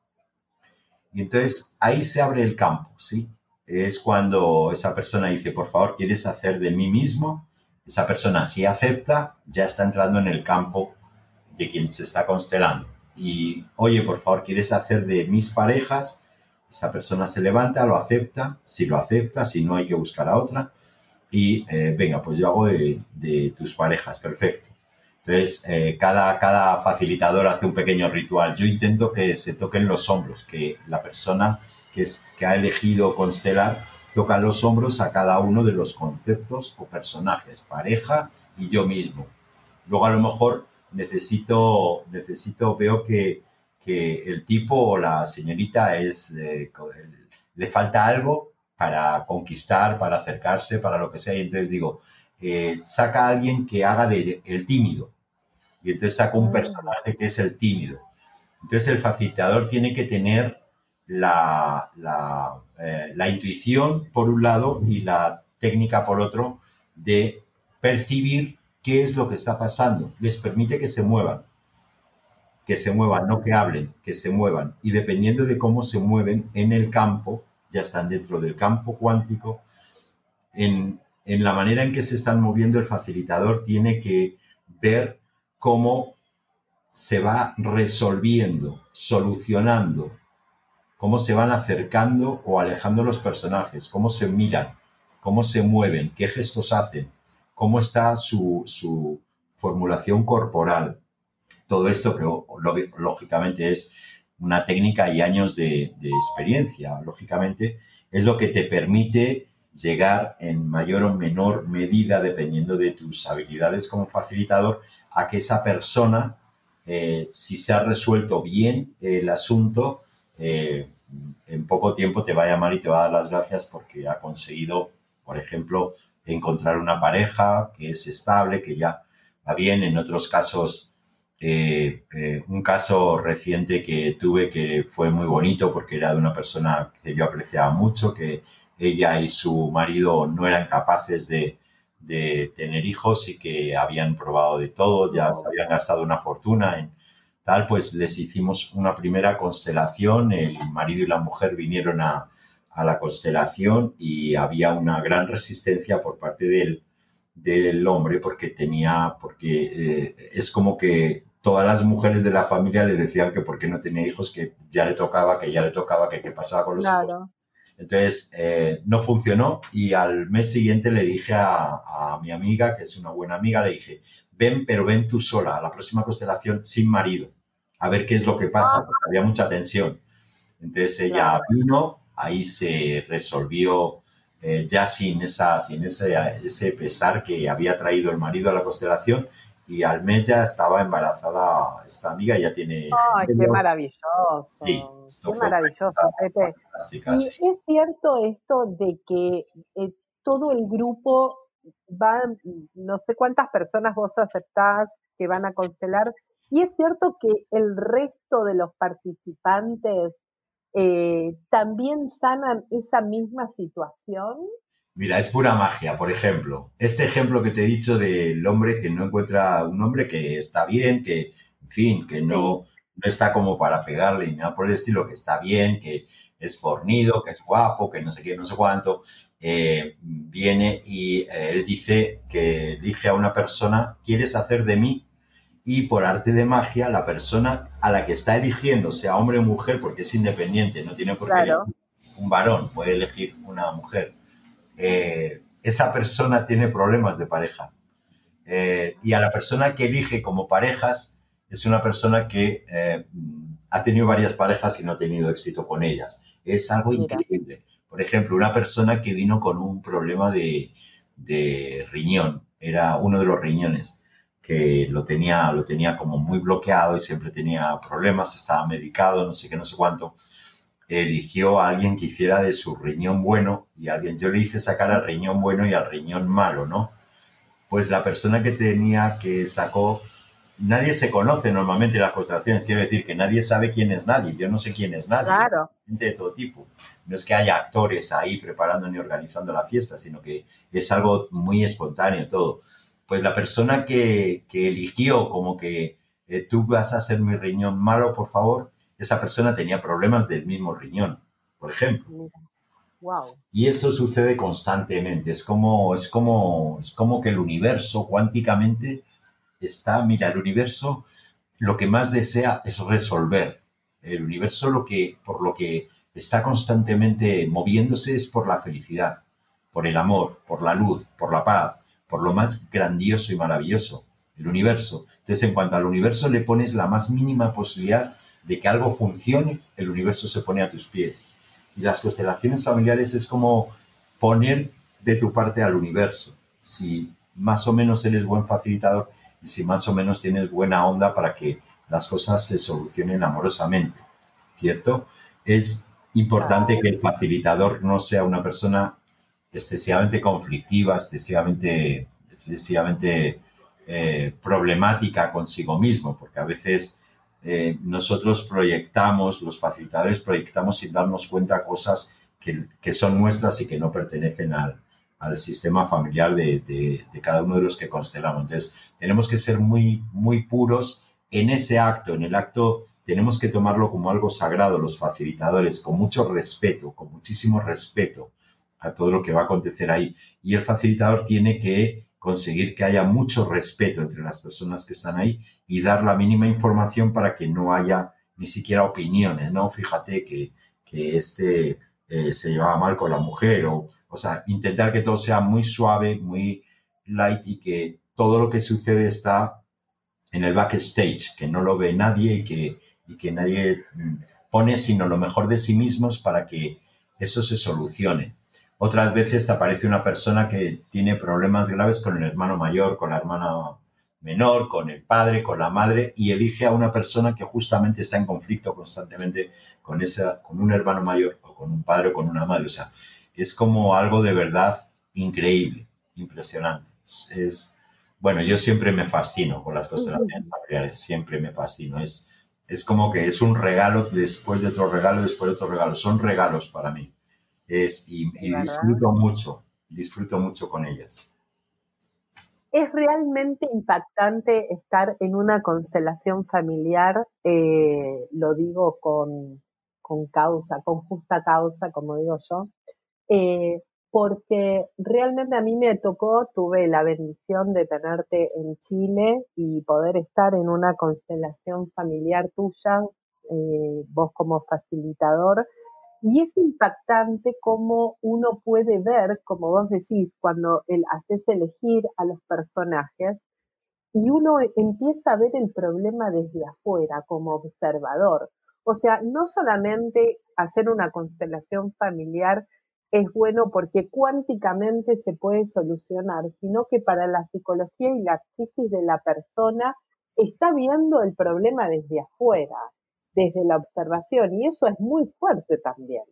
Y entonces ahí se abre el campo, ¿sí? Es cuando esa persona dice, por favor, ¿quieres hacer de mí mismo? Esa persona, si acepta, ya está entrando en el campo de quien se está constelando. Y, oye, por favor, ¿quieres hacer de mis parejas? Esa persona se levanta, lo acepta. Si lo acepta, si no, hay que buscar a otra. Y, eh, venga, pues yo hago de, de tus parejas, perfecto. Entonces, eh, cada, cada facilitador hace un pequeño ritual. Yo intento que se toquen los hombros, que la persona que, es, que ha elegido constelar toca los hombros a cada uno de los conceptos o personajes, pareja y yo mismo. Luego, a lo mejor, necesito, necesito veo que, que el tipo o la señorita es, eh, le falta algo para conquistar, para acercarse, para lo que sea. Y entonces digo, eh, saca a alguien que haga de, de, el tímido. y entonces saco un personaje que es el tímido. Entonces el facilitador tiene que tener la, la, eh, la intuición por un lado y la técnica por otro de percibir qué es lo que está pasando. Les permite que se muevan, que se muevan, no que hablen, que se muevan. Y dependiendo de cómo se mueven en el campo, ya están dentro del campo cuántico, en, en la manera en que se están moviendo, el facilitador tiene que ver cómo se va resolviendo, solucionando, cómo se van acercando o alejando los personajes, cómo se miran, cómo se mueven, qué gestos hacen, cómo está su, su formulación corporal. Todo esto que lógicamente es una técnica y años de, de experiencia, lógicamente, es lo que te permite llegar en mayor o menor medida, dependiendo de tus habilidades como facilitador, a que esa persona, eh, si se ha resuelto bien el asunto, eh, en poco tiempo te va a llamar y te va a dar las gracias porque ha conseguido, por ejemplo, encontrar una pareja que es estable, que ya va bien. En otros casos, Eh, eh, un caso reciente que tuve que fue muy bonito porque era de una persona que yo apreciaba mucho, que ella y su marido no eran capaces de, de tener hijos y que habían probado de todo, ya se habían gastado una fortuna en tal, pues les hicimos una primera constelación, el marido y la mujer vinieron a, a la constelación y había una gran resistencia por parte del, del hombre porque tenía, porque eh, es como que todas las mujeres de la familia le decían que por qué no tenía hijos, que ya le tocaba, que ya le tocaba, que qué pasaba con los Claro. hijos. Entonces, eh, no funcionó y al mes siguiente le dije a, a mi amiga, que es una buena amiga, le dije, ven, pero ven tú sola a la próxima constelación sin marido, a ver qué es lo que pasa, porque había mucha tensión. Entonces ella Claro. vino, ahí se resolvió eh, ya sin, esa, sin ese, ese pesar que había traído el marido a la constelación. Y al mes ya estaba embarazada esta amiga, ya tiene... Ay, qué maravilloso, Sí, esto qué fue maravilloso, Pepe. fantástica, Y sí. es cierto esto de que eh, todo el grupo va, no sé cuántas personas vos aceptás que van a constelar, y es cierto que el resto de los participantes eh, también sanan esa misma situación. Mira, es pura magia. Por ejemplo, este ejemplo que te he dicho del hombre que no encuentra un hombre que está bien, que, en fin, que no, no está como para pegarle ni nada por el estilo, que está bien, que es fornido, que es guapo, que no sé qué, no sé cuánto, eh, viene y eh, él dice que elige a una persona, ¿quieres hacer de mí? Y por arte de magia, la persona a la que está eligiendo, sea hombre o mujer, porque es independiente, no tiene por qué Claro. elegir un varón, puede elegir una mujer. Eh, esa persona tiene problemas de pareja. Eh, y a la persona que elige como parejas es una persona que eh, ha tenido varias parejas y no ha tenido éxito con ellas. Es algo Mira. increíble. Por ejemplo, una persona que vino con un problema de, de riñón, era uno de los riñones, que lo tenía, lo tenía como muy bloqueado y siempre tenía problemas, estaba medicado, no sé qué, no sé cuánto. Eligió a alguien que hiciera de su riñón bueno y alguien, yo le hice sacar al riñón bueno y al riñón malo, ¿no? Pues la persona que tenía, que sacó, nadie se conoce normalmente en las constelaciones, quiero decir que nadie sabe quién es nadie, yo no sé quién es nadie, Claro. gente de todo tipo. No es que haya actores ahí preparando ni organizando la fiesta, sino que es algo muy espontáneo todo. Pues la persona que, que eligió como que eh, tú vas a ser mi riñón malo, por favor, esa persona tenía problemas del mismo riñón, por ejemplo. Mira. Wow. Y esto sucede constantemente. Es como, es como, es como que el universo cuánticamente está, mira, el universo lo que más desea es resolver. El universo lo que, por lo que está constantemente moviéndose es por la felicidad, por el amor, por la luz, por la paz, por lo más grandioso y maravilloso, el universo. Entonces, en cuanto al universo le pones la más mínima posibilidad de que algo funcione, el universo se pone a tus pies. Y las constelaciones familiares es como poner de tu parte al universo. Si más o menos eres buen facilitador y si más o menos tienes buena onda para que las cosas se solucionen amorosamente, ¿cierto? Es importante que el facilitador no sea una persona excesivamente conflictiva, excesivamente, excesivamente eh, problemática consigo mismo, porque a veces eh, nosotros proyectamos, los facilitadores proyectamos sin darnos cuenta cosas que, que son nuestras y que no pertenecen al, al sistema familiar de, de, de cada uno de los que constelamos. Entonces, tenemos que ser muy, muy puros en ese acto, en el acto tenemos que tomarlo como algo sagrado, los facilitadores, con mucho respeto, con muchísimo respeto a todo lo que va a acontecer ahí. Y el facilitador tiene que conseguir que haya mucho respeto entre las personas que están ahí y dar la mínima información para que no haya ni siquiera opiniones, ¿no? Fíjate que, que este eh, se llevaba mal con la mujer, o, o sea, intentar que todo sea muy suave, muy light y que todo lo que sucede está en el backstage, que no lo ve nadie y que, y que nadie pone sino lo mejor de sí mismos para que eso se solucione. Otras veces te aparece una persona que tiene problemas graves con el hermano mayor, con la hermana menor, con el padre, con la madre, y elige a una persona que justamente está en conflicto constantemente con, esa, con un hermano mayor o con un padre o con una madre. O sea, es como algo de verdad increíble, impresionante. Es, bueno, yo siempre me fascino con las constelaciones familiares, siempre me fascino. Es, es como que es un regalo después de otro regalo, después de otro regalo. Son regalos para mí. Es, y, y disfruto mucho, disfruto mucho con ellas. Es realmente impactante estar en una constelación familiar, eh, lo digo con, con causa, con justa causa, como digo yo, eh, porque realmente a mí me tocó, tuve la bendición de tenerte en Chile y poder estar en una constelación familiar tuya, eh, vos como facilitador. Y es impactante cómo uno puede ver, como vos decís, cuando el, haces elegir a los personajes y uno empieza a ver el problema desde afuera como observador. O sea, no solamente hacer una constelación familiar es bueno porque cuánticamente se puede solucionar, sino que para la psicología y la psiquis de la persona está viendo el problema desde afuera, desde la observación, y eso es muy fuerte también.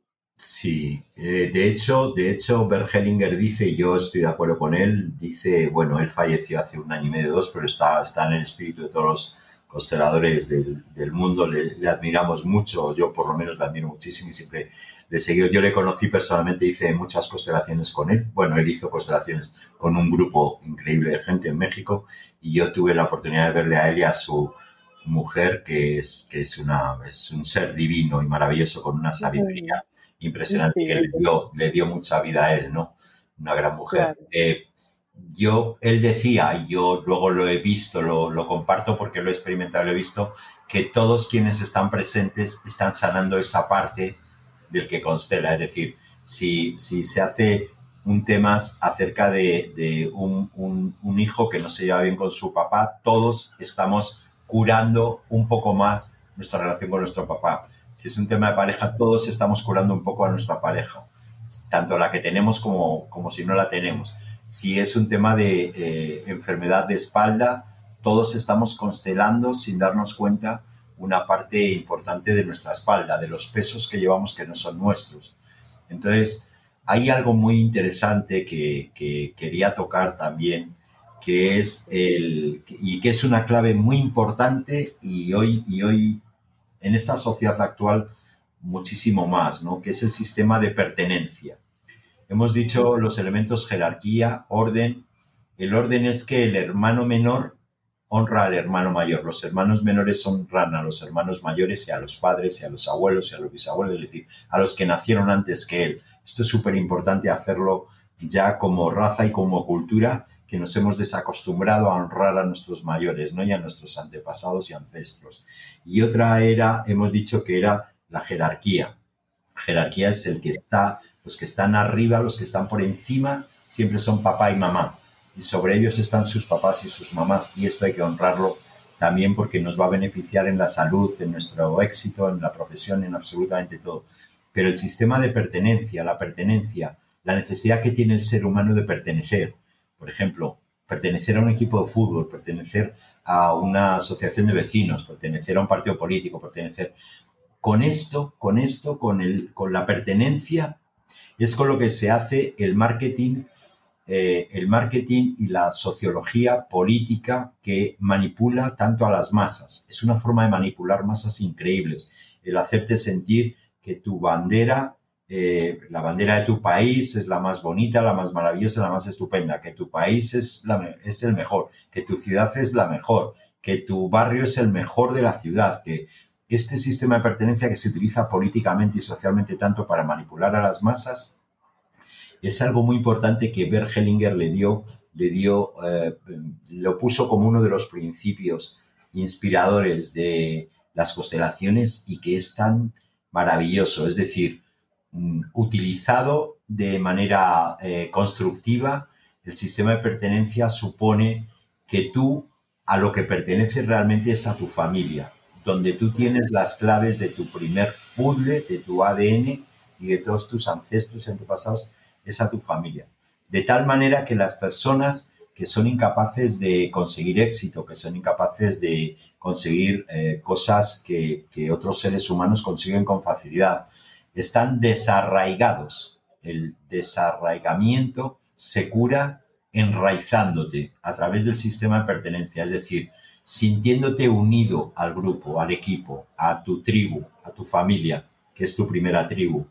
Sí, eh, de hecho, de hecho, Bert Hellinger dice, y yo estoy de acuerdo con él, dice, bueno, él falleció hace un año y medio, dos, pero está, está en el espíritu de todos los consteladores del, del mundo, le, le admiramos mucho, yo por lo menos le admiro muchísimo y siempre le he seguido. Yo le conocí personalmente, hice muchas constelaciones con él, bueno, él hizo constelaciones con un grupo increíble de gente en México y yo tuve la oportunidad de verle a él y a su mujer, que es, que es, una, es un ser divino y maravilloso con una sabiduría impresionante, sí, que le dio, le dio mucha vida a él, ¿no? Una gran mujer. Claro. Eh, yo, él decía, y yo luego lo he visto, lo, lo comparto porque lo he experimentado, lo he visto, que todos quienes están presentes están sanando esa parte del que constela. Es decir, si, si se hace un tema acerca de, de un, un, un hijo que no se lleva bien con su papá, todos estamos curando un poco más nuestra relación con nuestro papá. Si es un tema de pareja, todos estamos curando un poco a nuestra pareja, tanto la que tenemos como, como si no la tenemos. Si es un tema de eh, enfermedad de espalda, todos estamos constelando sin darnos cuenta una parte importante de nuestra espalda, de los pesos que llevamos que no son nuestros. Entonces, hay algo muy interesante que, que quería tocar también, que es el, y que es una clave muy importante y hoy, y hoy en esta sociedad actual muchísimo más, ¿no? Que es el sistema de pertenencia. Hemos dicho los elementos jerarquía, orden. El orden es que el hermano menor honra al hermano mayor. Los hermanos menores honran a los hermanos mayores y a los padres y a los abuelos y a los bisabuelos, es decir, a los que nacieron antes que él. Esto es súper importante hacerlo ya como raza y como cultura, que nos hemos desacostumbrado a honrar a nuestros mayores, ¿no? Y a nuestros antepasados y ancestros. Y otra era, hemos dicho que era la jerarquía. Jerarquía es el que está, los que están arriba, los que están por encima, siempre son papá y mamá. Y sobre ellos están sus papás y sus mamás. Y esto hay que honrarlo también porque nos va a beneficiar en la salud, en nuestro éxito, en la profesión, en absolutamente todo. Pero el sistema de pertenencia, la pertenencia, la necesidad que tiene el ser humano de pertenecer. Por ejemplo, pertenecer a un equipo de fútbol, pertenecer a una asociación de vecinos, pertenecer a un partido político, pertenecer... Con esto, con esto, con, el, con la pertenencia, es con lo que se hace el marketing eh, el marketing y la sociología política que manipula tanto a las masas. Es una forma de manipular masas increíbles. El hacerte sentir que tu bandera, eh, la bandera de tu país es la más bonita, la más maravillosa, la más estupenda, que tu país es, la, es el mejor, que tu ciudad es la mejor, que tu barrio es el mejor de la ciudad, que este sistema de pertenencia que se utiliza políticamente y socialmente tanto para manipular a las masas es algo muy importante que Bert Hellinger le dio, le dio eh, lo puso como uno de los principios inspiradores de las constelaciones y que es tan maravilloso. Es decir, mm, utilizado de manera eh, constructiva, el sistema de pertenencia supone que tú a lo que perteneces realmente es a tu familia, donde tú tienes las claves de tu primer puzzle, de tu A D N y de todos tus ancestros y antepasados, es a tu familia. De tal manera que las personas que son incapaces de conseguir éxito, que son incapaces de conseguir eh, cosas que, que otros seres humanos consiguen con facilidad, están desarraigados. El desarraigamiento se cura enraizándote a través del sistema de pertenencia, es decir, sintiéndote unido al grupo, al equipo, a tu tribu, a tu familia, que es tu primera tribu.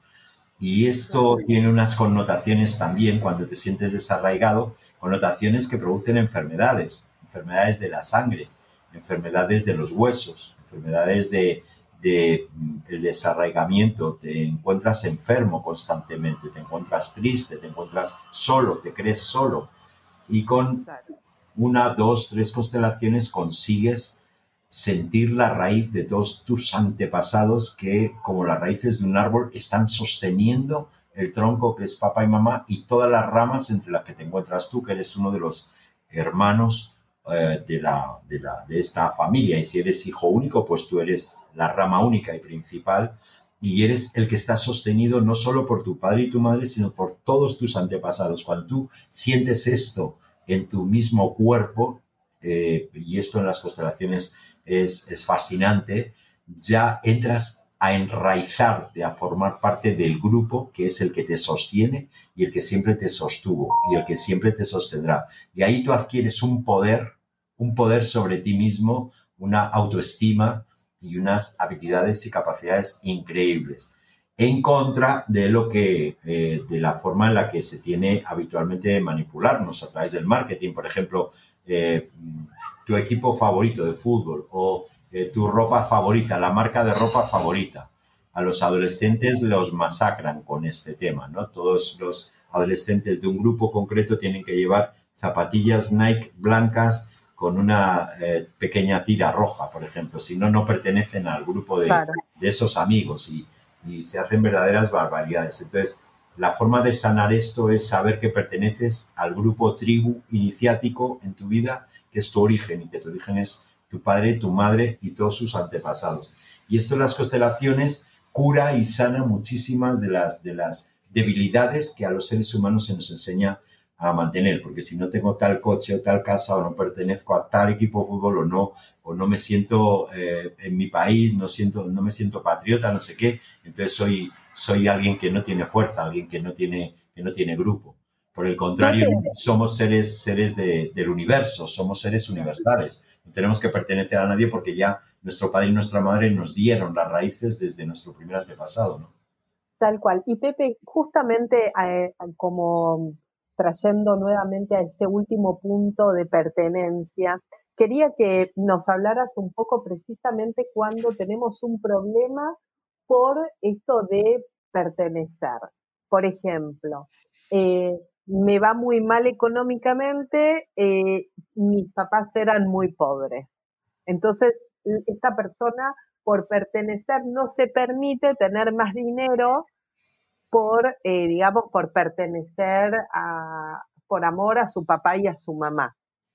Y esto tiene unas connotaciones también, cuando te sientes desarraigado, connotaciones que producen enfermedades, enfermedades de la sangre, enfermedades de los huesos, enfermedades de, de el desarraigamiento. Te encuentras enfermo constantemente, te encuentras triste, te encuentras solo, te crees solo. Y con una, dos, tres constelaciones consigues sentir la raíz de todos tus antepasados que, como las raíces de un árbol, están sosteniendo el tronco que es papá y mamá y todas las ramas entre las que te encuentras tú, que eres uno de los hermanos eh, de, la, de, la, de esta familia. Y si eres hijo único, pues tú eres la rama única y principal y eres el que está sostenido no solo por tu padre y tu madre, sino por todos tus antepasados. Cuando tú sientes esto en tu mismo cuerpo, eh, y esto en las constelaciones Es, es fascinante, ya entras a enraizarte, a formar parte del grupo que es el que te sostiene y el que siempre te sostuvo y el que siempre te sostendrá. Y ahí tú adquieres un poder, un poder sobre ti mismo, una autoestima y unas habilidades y capacidades increíbles. En contra de lo que, eh, de la forma en la que se tiene habitualmente de manipularnos a través del marketing. Por ejemplo, eh, tu equipo favorito de fútbol o eh, tu ropa favorita, la marca de ropa favorita. A los adolescentes los masacran con este tema, ¿no? Todos los adolescentes de un grupo concreto tienen que llevar zapatillas Nike blancas con una eh, pequeña tira roja, por ejemplo. Si no, no pertenecen al grupo de, claro. de esos amigos y, y se hacen verdaderas barbaridades. Entonces, la forma de sanar esto es saber que perteneces al grupo tribu iniciático en tu vida, que es tu origen y que tu origen es tu padre, tu madre y todos sus antepasados. Y esto en las constelaciones cura y sana muchísimas de las, de las debilidades que a los seres humanos se nos enseña a mantener, porque si no tengo tal coche o tal casa o no pertenezco a tal equipo de fútbol o no, o no me siento eh, en mi país, no, siento, no me siento patriota, no sé qué, entonces soy, soy alguien que no tiene fuerza, alguien que no tiene, que no tiene grupo. Por el contrario, somos seres, seres de, del universo, somos seres universales. No tenemos que pertenecer a nadie porque ya nuestro padre y nuestra madre nos dieron las raíces desde nuestro primer antepasado, ¿no? Tal cual. Y Pepe, justamente eh, como trayendo nuevamente a este último punto de pertenencia, quería que nos hablaras un poco precisamente cuando tenemos un problema por esto de pertenecer. Por ejemplo, eh, me va muy mal económicamente, eh, mis papás eran muy pobres. Entonces, esta persona, por pertenecer, no se permite tener más dinero por, eh, digamos, por pertenecer a, por amor a su papá y a su mamá.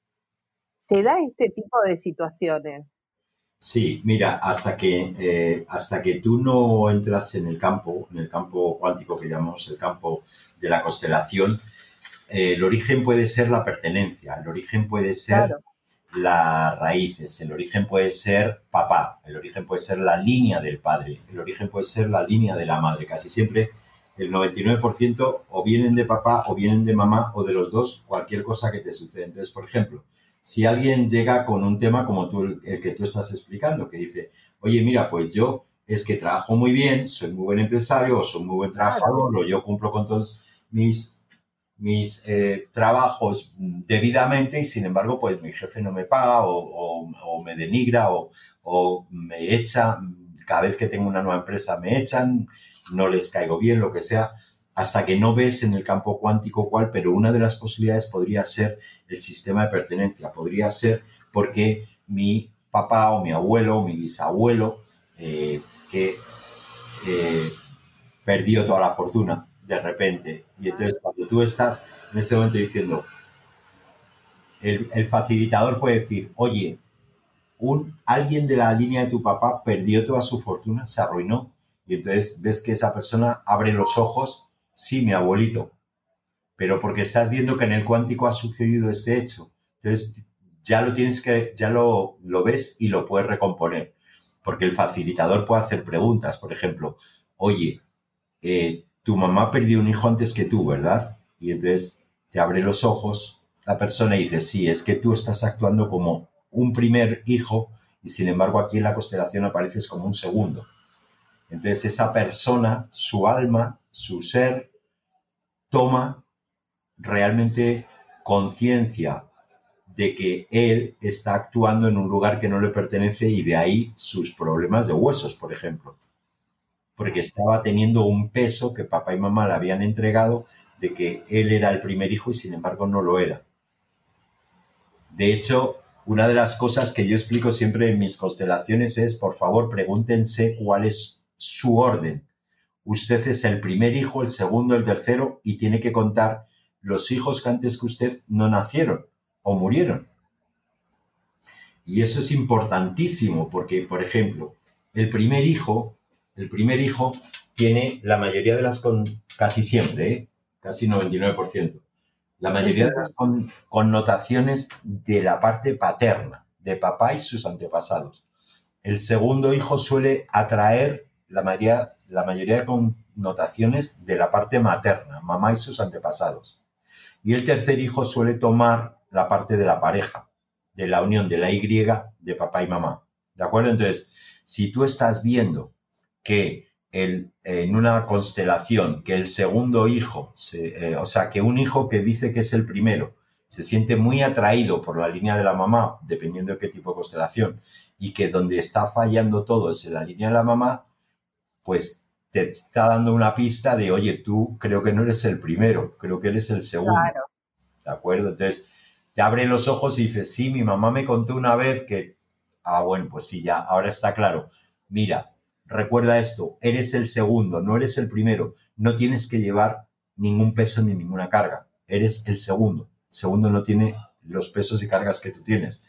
¿Se da este tipo de situaciones? Sí, mira, hasta que, eh, hasta que tú no entras en el campo, en el campo cuántico que llamamos el campo de la constelación, eh, el origen puede ser la pertenencia, el origen puede ser claro. las raíces, el origen puede ser papá, el origen puede ser la línea del padre, el origen puede ser la línea de la madre. Casi siempre el noventa y nueve por ciento o vienen de papá o vienen de mamá o de los dos, cualquier cosa que te suceda. Entonces, por ejemplo, si alguien llega con un tema como tú, el que tú estás explicando, que dice, oye, mira, pues yo es que trabajo muy bien, soy muy buen empresario o soy muy buen Claro, trabajador o yo cumplo con todos mis, mis eh, trabajos debidamente y sin embargo, pues mi jefe no me paga o, o, o me denigra o, o me echa, cada vez que tengo una nueva empresa me echan, no les caigo bien, lo que sea, hasta que no ves en el campo cuántico cuál, pero una de las posibilidades podría ser el sistema de pertenencia, podría ser porque mi papá o mi abuelo o mi bisabuelo eh, que eh, perdió toda la fortuna de repente. Y entonces cuando tú estás en ese momento diciendo, el, el facilitador puede decir, oye, un, alguien de la línea de tu papá perdió toda su fortuna, se arruinó, y entonces ves que esa persona abre los ojos, sí, mi abuelito, pero porque estás viendo que en el cuántico ha sucedido este hecho. Entonces ya lo tienes que, ya lo, lo ves y lo puedes recomponer, porque el facilitador puede hacer preguntas, por ejemplo, oye, eh, tu mamá perdió un hijo antes que tú, ¿verdad? Y entonces te abre los ojos la persona y dice, sí, es que tú estás actuando como un primer hijo y sin embargo aquí en la constelación apareces como un segundo. Entonces esa persona, su alma, su ser, toma realmente conciencia de que él está actuando en un lugar que no le pertenece y de ahí sus problemas de huesos, por ejemplo. Porque estaba teniendo un peso que papá y mamá le habían entregado de que él era el primer hijo y sin embargo no lo era. De hecho, una de las cosas que yo explico siempre en mis constelaciones es, por favor, pregúntense cuál es su orden. Usted es el primer hijo, el segundo, el tercero y tiene que contar los hijos que antes que usted no nacieron o murieron. Y eso es importantísimo porque, por ejemplo, el primer hijo, el primer hijo tiene la mayoría de las, con, casi siempre, ¿eh? Casi noventa y nueve por ciento, la sí, mayoría sí, de las sí. con, connotaciones de la parte paterna, de papá y sus antepasados. El segundo hijo suele atraer la mayoría, la mayoría de connotaciones de la parte materna, mamá y sus antepasados. Y el tercer hijo suele tomar la parte de la pareja, de la unión de la Y de papá y mamá. ¿De acuerdo? Entonces, si tú estás viendo que el, en una constelación, que el segundo hijo, se, eh, o sea, que un hijo que dice que es el primero, se siente muy atraído por la línea de la mamá, dependiendo de qué tipo de constelación, y que donde está fallando todo es en la línea de la mamá, pues te está dando una pista de, oye, tú creo que no eres el primero, creo que eres el segundo. Claro. ¿De acuerdo? Entonces, te abre los ojos y dices, sí, mi mamá me contó una vez que, ah, bueno, pues sí, ya, ahora está claro. Mira, recuerda esto, eres el segundo, no eres el primero. No tienes que llevar ningún peso ni ninguna carga. Eres el segundo. El segundo no tiene los pesos y cargas que tú tienes.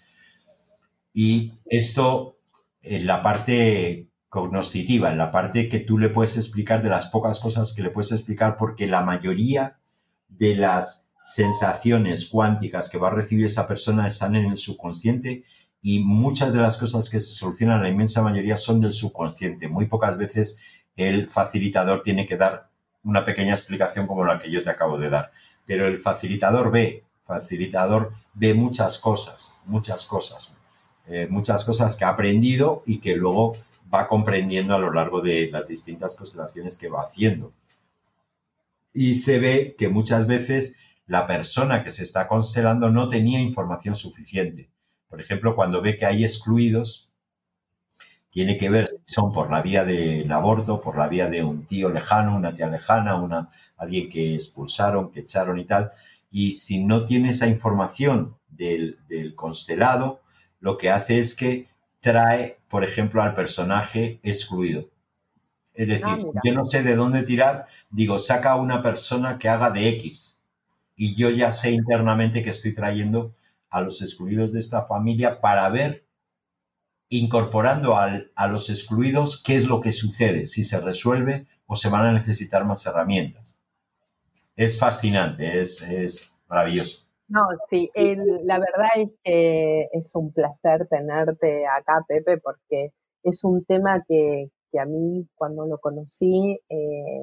Y esto en la parte cognoscitiva, en la parte que tú le puedes explicar de las pocas cosas que le puedes explicar, porque la mayoría de las sensaciones cuánticas que va a recibir esa persona están en el subconsciente y muchas de las cosas que se solucionan, la inmensa mayoría, son del subconsciente. Muy pocas veces el facilitador tiene que dar una pequeña explicación como la que yo te acabo de dar. Pero el facilitador ve, facilitador ve muchas cosas, muchas cosas eh, muchas cosas que ha aprendido y que luego va comprendiendo a lo largo de las distintas constelaciones que va haciendo. Y se ve que muchas veces la persona que se está constelando no tenía información suficiente. Por ejemplo, cuando ve que hay excluidos, tiene que ver si son por la vía del aborto, por la vía de un tío lejano, una tía lejana, una, alguien que expulsaron, que echaron y tal. Y si no tiene esa información del, del constelado, lo que hace es que trae, por ejemplo, al personaje excluido. Es Ah, decir, si mira. yo no sé de dónde tirar, digo, saca a una persona que haga de X. Y yo ya sé internamente que estoy trayendo a los excluidos de esta familia para ver, incorporando al, a los excluidos, qué es lo que sucede, si se resuelve o se van a necesitar más herramientas. Es fascinante, es, es maravilloso. No, sí, el- la verdad es que es un placer tenerte acá, Pepe, porque es un tema que, que a mí cuando lo conocí, eh,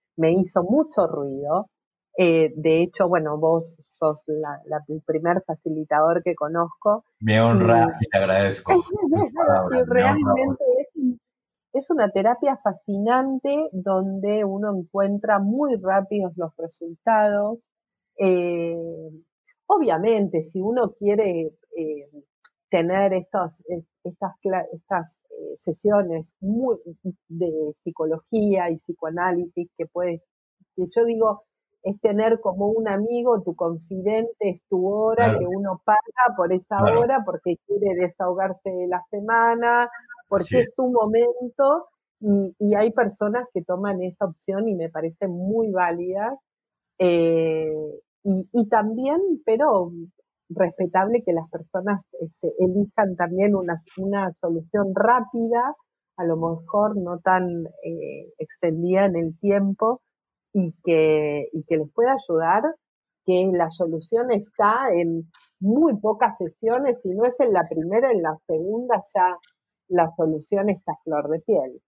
me hizo mucho ruido. Eh, de hecho, bueno, vos sos la, la, el primer facilitador que conozco. Me honra y, y te agradezco tus palabras. Y realmente es, es una terapia fascinante donde uno encuentra muy rápidos los resultados. Eh, obviamente, si uno quiere eh, tener estos, estas, estas eh, sesiones muy, de psicología y psicoanálisis que puedes, que yo digo, es tener como un amigo, tu confidente, es tu hora, claro, que uno paga por esa claro. hora porque quiere desahogarse de la semana, porque es. es su momento, y, y hay personas que toman esa opción y me parece muy válida. Eh, y, y también, pero respetable que las personas este, elijan también una, una solución rápida, a lo mejor no tan eh, extendida en el tiempo, y que, y que les pueda ayudar, que la solución está en muy pocas sesiones, si no es en la primera, en la segunda ya la solución está a flor de piel.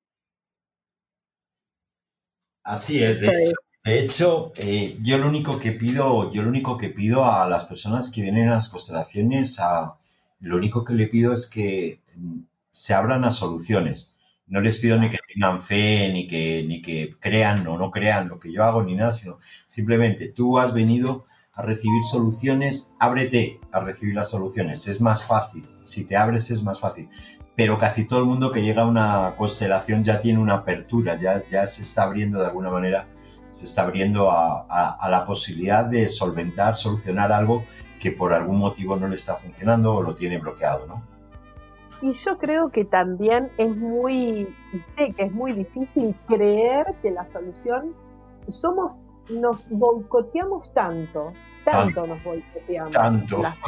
Así es, de hecho, de hecho eh, yo lo único que pido, yo lo único que pido a las personas que vienen a las constelaciones, a, lo único que le pido es que se abran a soluciones. No les pido ni que tengan fe, ni que, ni que crean o no crean lo que yo hago, ni nada, sino simplemente tú has venido a recibir soluciones, ábrete a recibir las soluciones. Es más fácil, si te abres es más fácil. Pero casi todo el mundo que llega a una constelación ya tiene una apertura, ya, ya se está abriendo de alguna manera, se está abriendo a, a, a la posibilidad de solventar, solucionar algo que por algún motivo no le está funcionando o lo tiene bloqueado, ¿no? Y yo creo que también es muy, y sé que es muy difícil creer que la solución, somos, nos boicoteamos tanto, tanto, tanto nos boicoteamos. Tanto. Las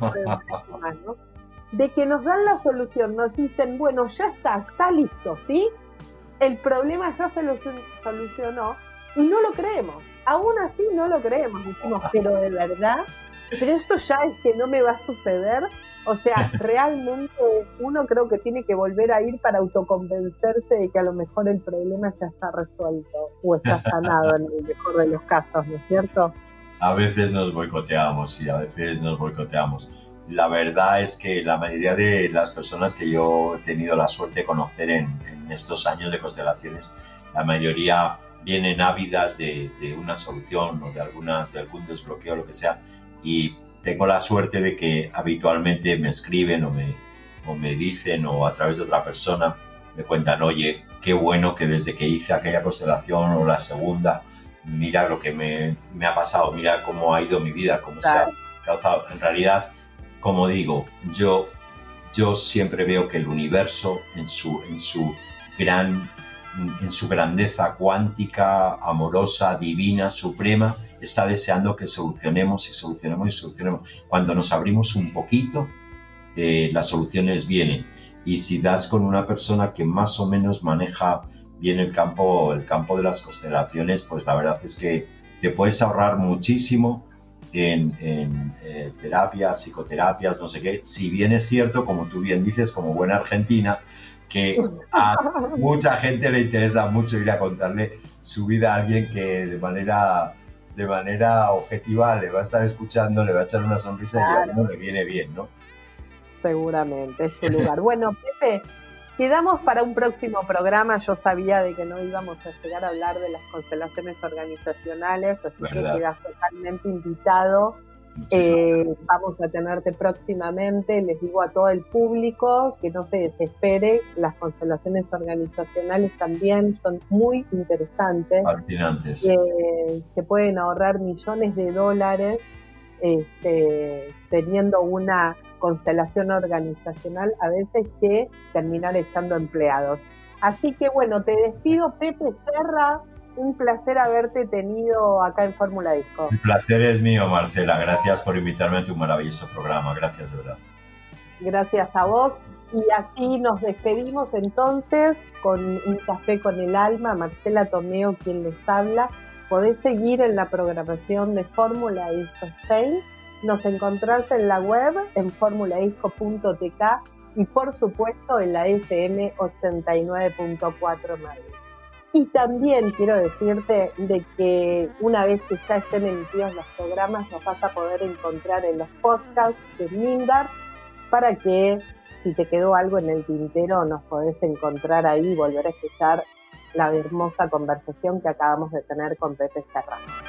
¿no? De que nos dan la solución, nos dicen, bueno, ya está, está listo, ¿sí? El problema ya se lo solucionó y no lo creemos. Aún así no lo creemos, decimos, pero de verdad, pero esto ya es que no me va a suceder. O sea, realmente uno creo que tiene que volver a ir para autoconvencerse de que a lo mejor el problema ya está resuelto o está sanado en el mejor de los casos, ¿no es cierto? A veces nos boicoteamos y a veces nos boicoteamos. La verdad es que la mayoría de las personas que yo he tenido la suerte de conocer en, en estos años de constelaciones, la mayoría vienen ávidas de, de una solución o de, alguna, de algún desbloqueo o lo que sea, y tengo la suerte de que habitualmente me escriben o me, o me dicen, o a través de otra persona me cuentan, oye, qué bueno que desde que hice aquella constelación o la segunda, mira lo que me, me ha pasado, mira cómo ha ido mi vida, cómo claro. se ha causado. En realidad, como digo, yo, yo siempre veo que el universo en su, en su gran, en su grandeza cuántica, amorosa, divina, suprema, está deseando que solucionemos y solucionemos y solucionemos. Cuando nos abrimos un poquito, eh, las soluciones vienen. Y si das con una persona que más o menos maneja bien el campo, el campo de las constelaciones, pues la verdad es que te puedes ahorrar muchísimo en, en eh, terapias, psicoterapias, no sé qué. Si bien es cierto, como tú bien dices, como buena argentina, que a mucha gente le interesa mucho ir a contarle su vida a alguien que de manera... de manera objetiva le va a estar escuchando, le va a echar una sonrisa claro. y a uno le viene bien, ¿no? Seguramente, es su lugar. Bueno, Pepe, quedamos para un próximo programa. Yo sabía de que no íbamos a llegar a hablar de las constelaciones organizacionales, así ¿verdad? Que quedas totalmente invitado. Eh, vamos a tenerte próximamente. Les digo a todo el público que no se desespere, las constelaciones organizacionales también son muy interesantes, fascinantes. Eh, se pueden ahorrar millones de dólares este, teniendo una constelación organizacional, a veces que terminar echando empleados. Así que bueno, te despido, Pepe Serra. Un placer haberte tenido acá en Fórmula Disco. El placer es mío, Marcela. Gracias por invitarme a tu maravilloso programa. Gracias, de verdad. Gracias a vos. Y así nos despedimos entonces con un café con el alma. Marcela Tomeo, quien les habla. Podés seguir en la programación de Fórmula Disco Spain. Nos encontrás en la web en formula disco punto t k y por supuesto en la F M ochenta y nueve punto cuatro Madrid. Y también quiero decirte de que una vez que ya estén emitidos los programas, nos vas a poder encontrar en los podcasts de Mindar, para que si te quedó algo en el tintero nos podés encontrar ahí y volver a escuchar la hermosa conversación que acabamos de tener con Pepe Serrano.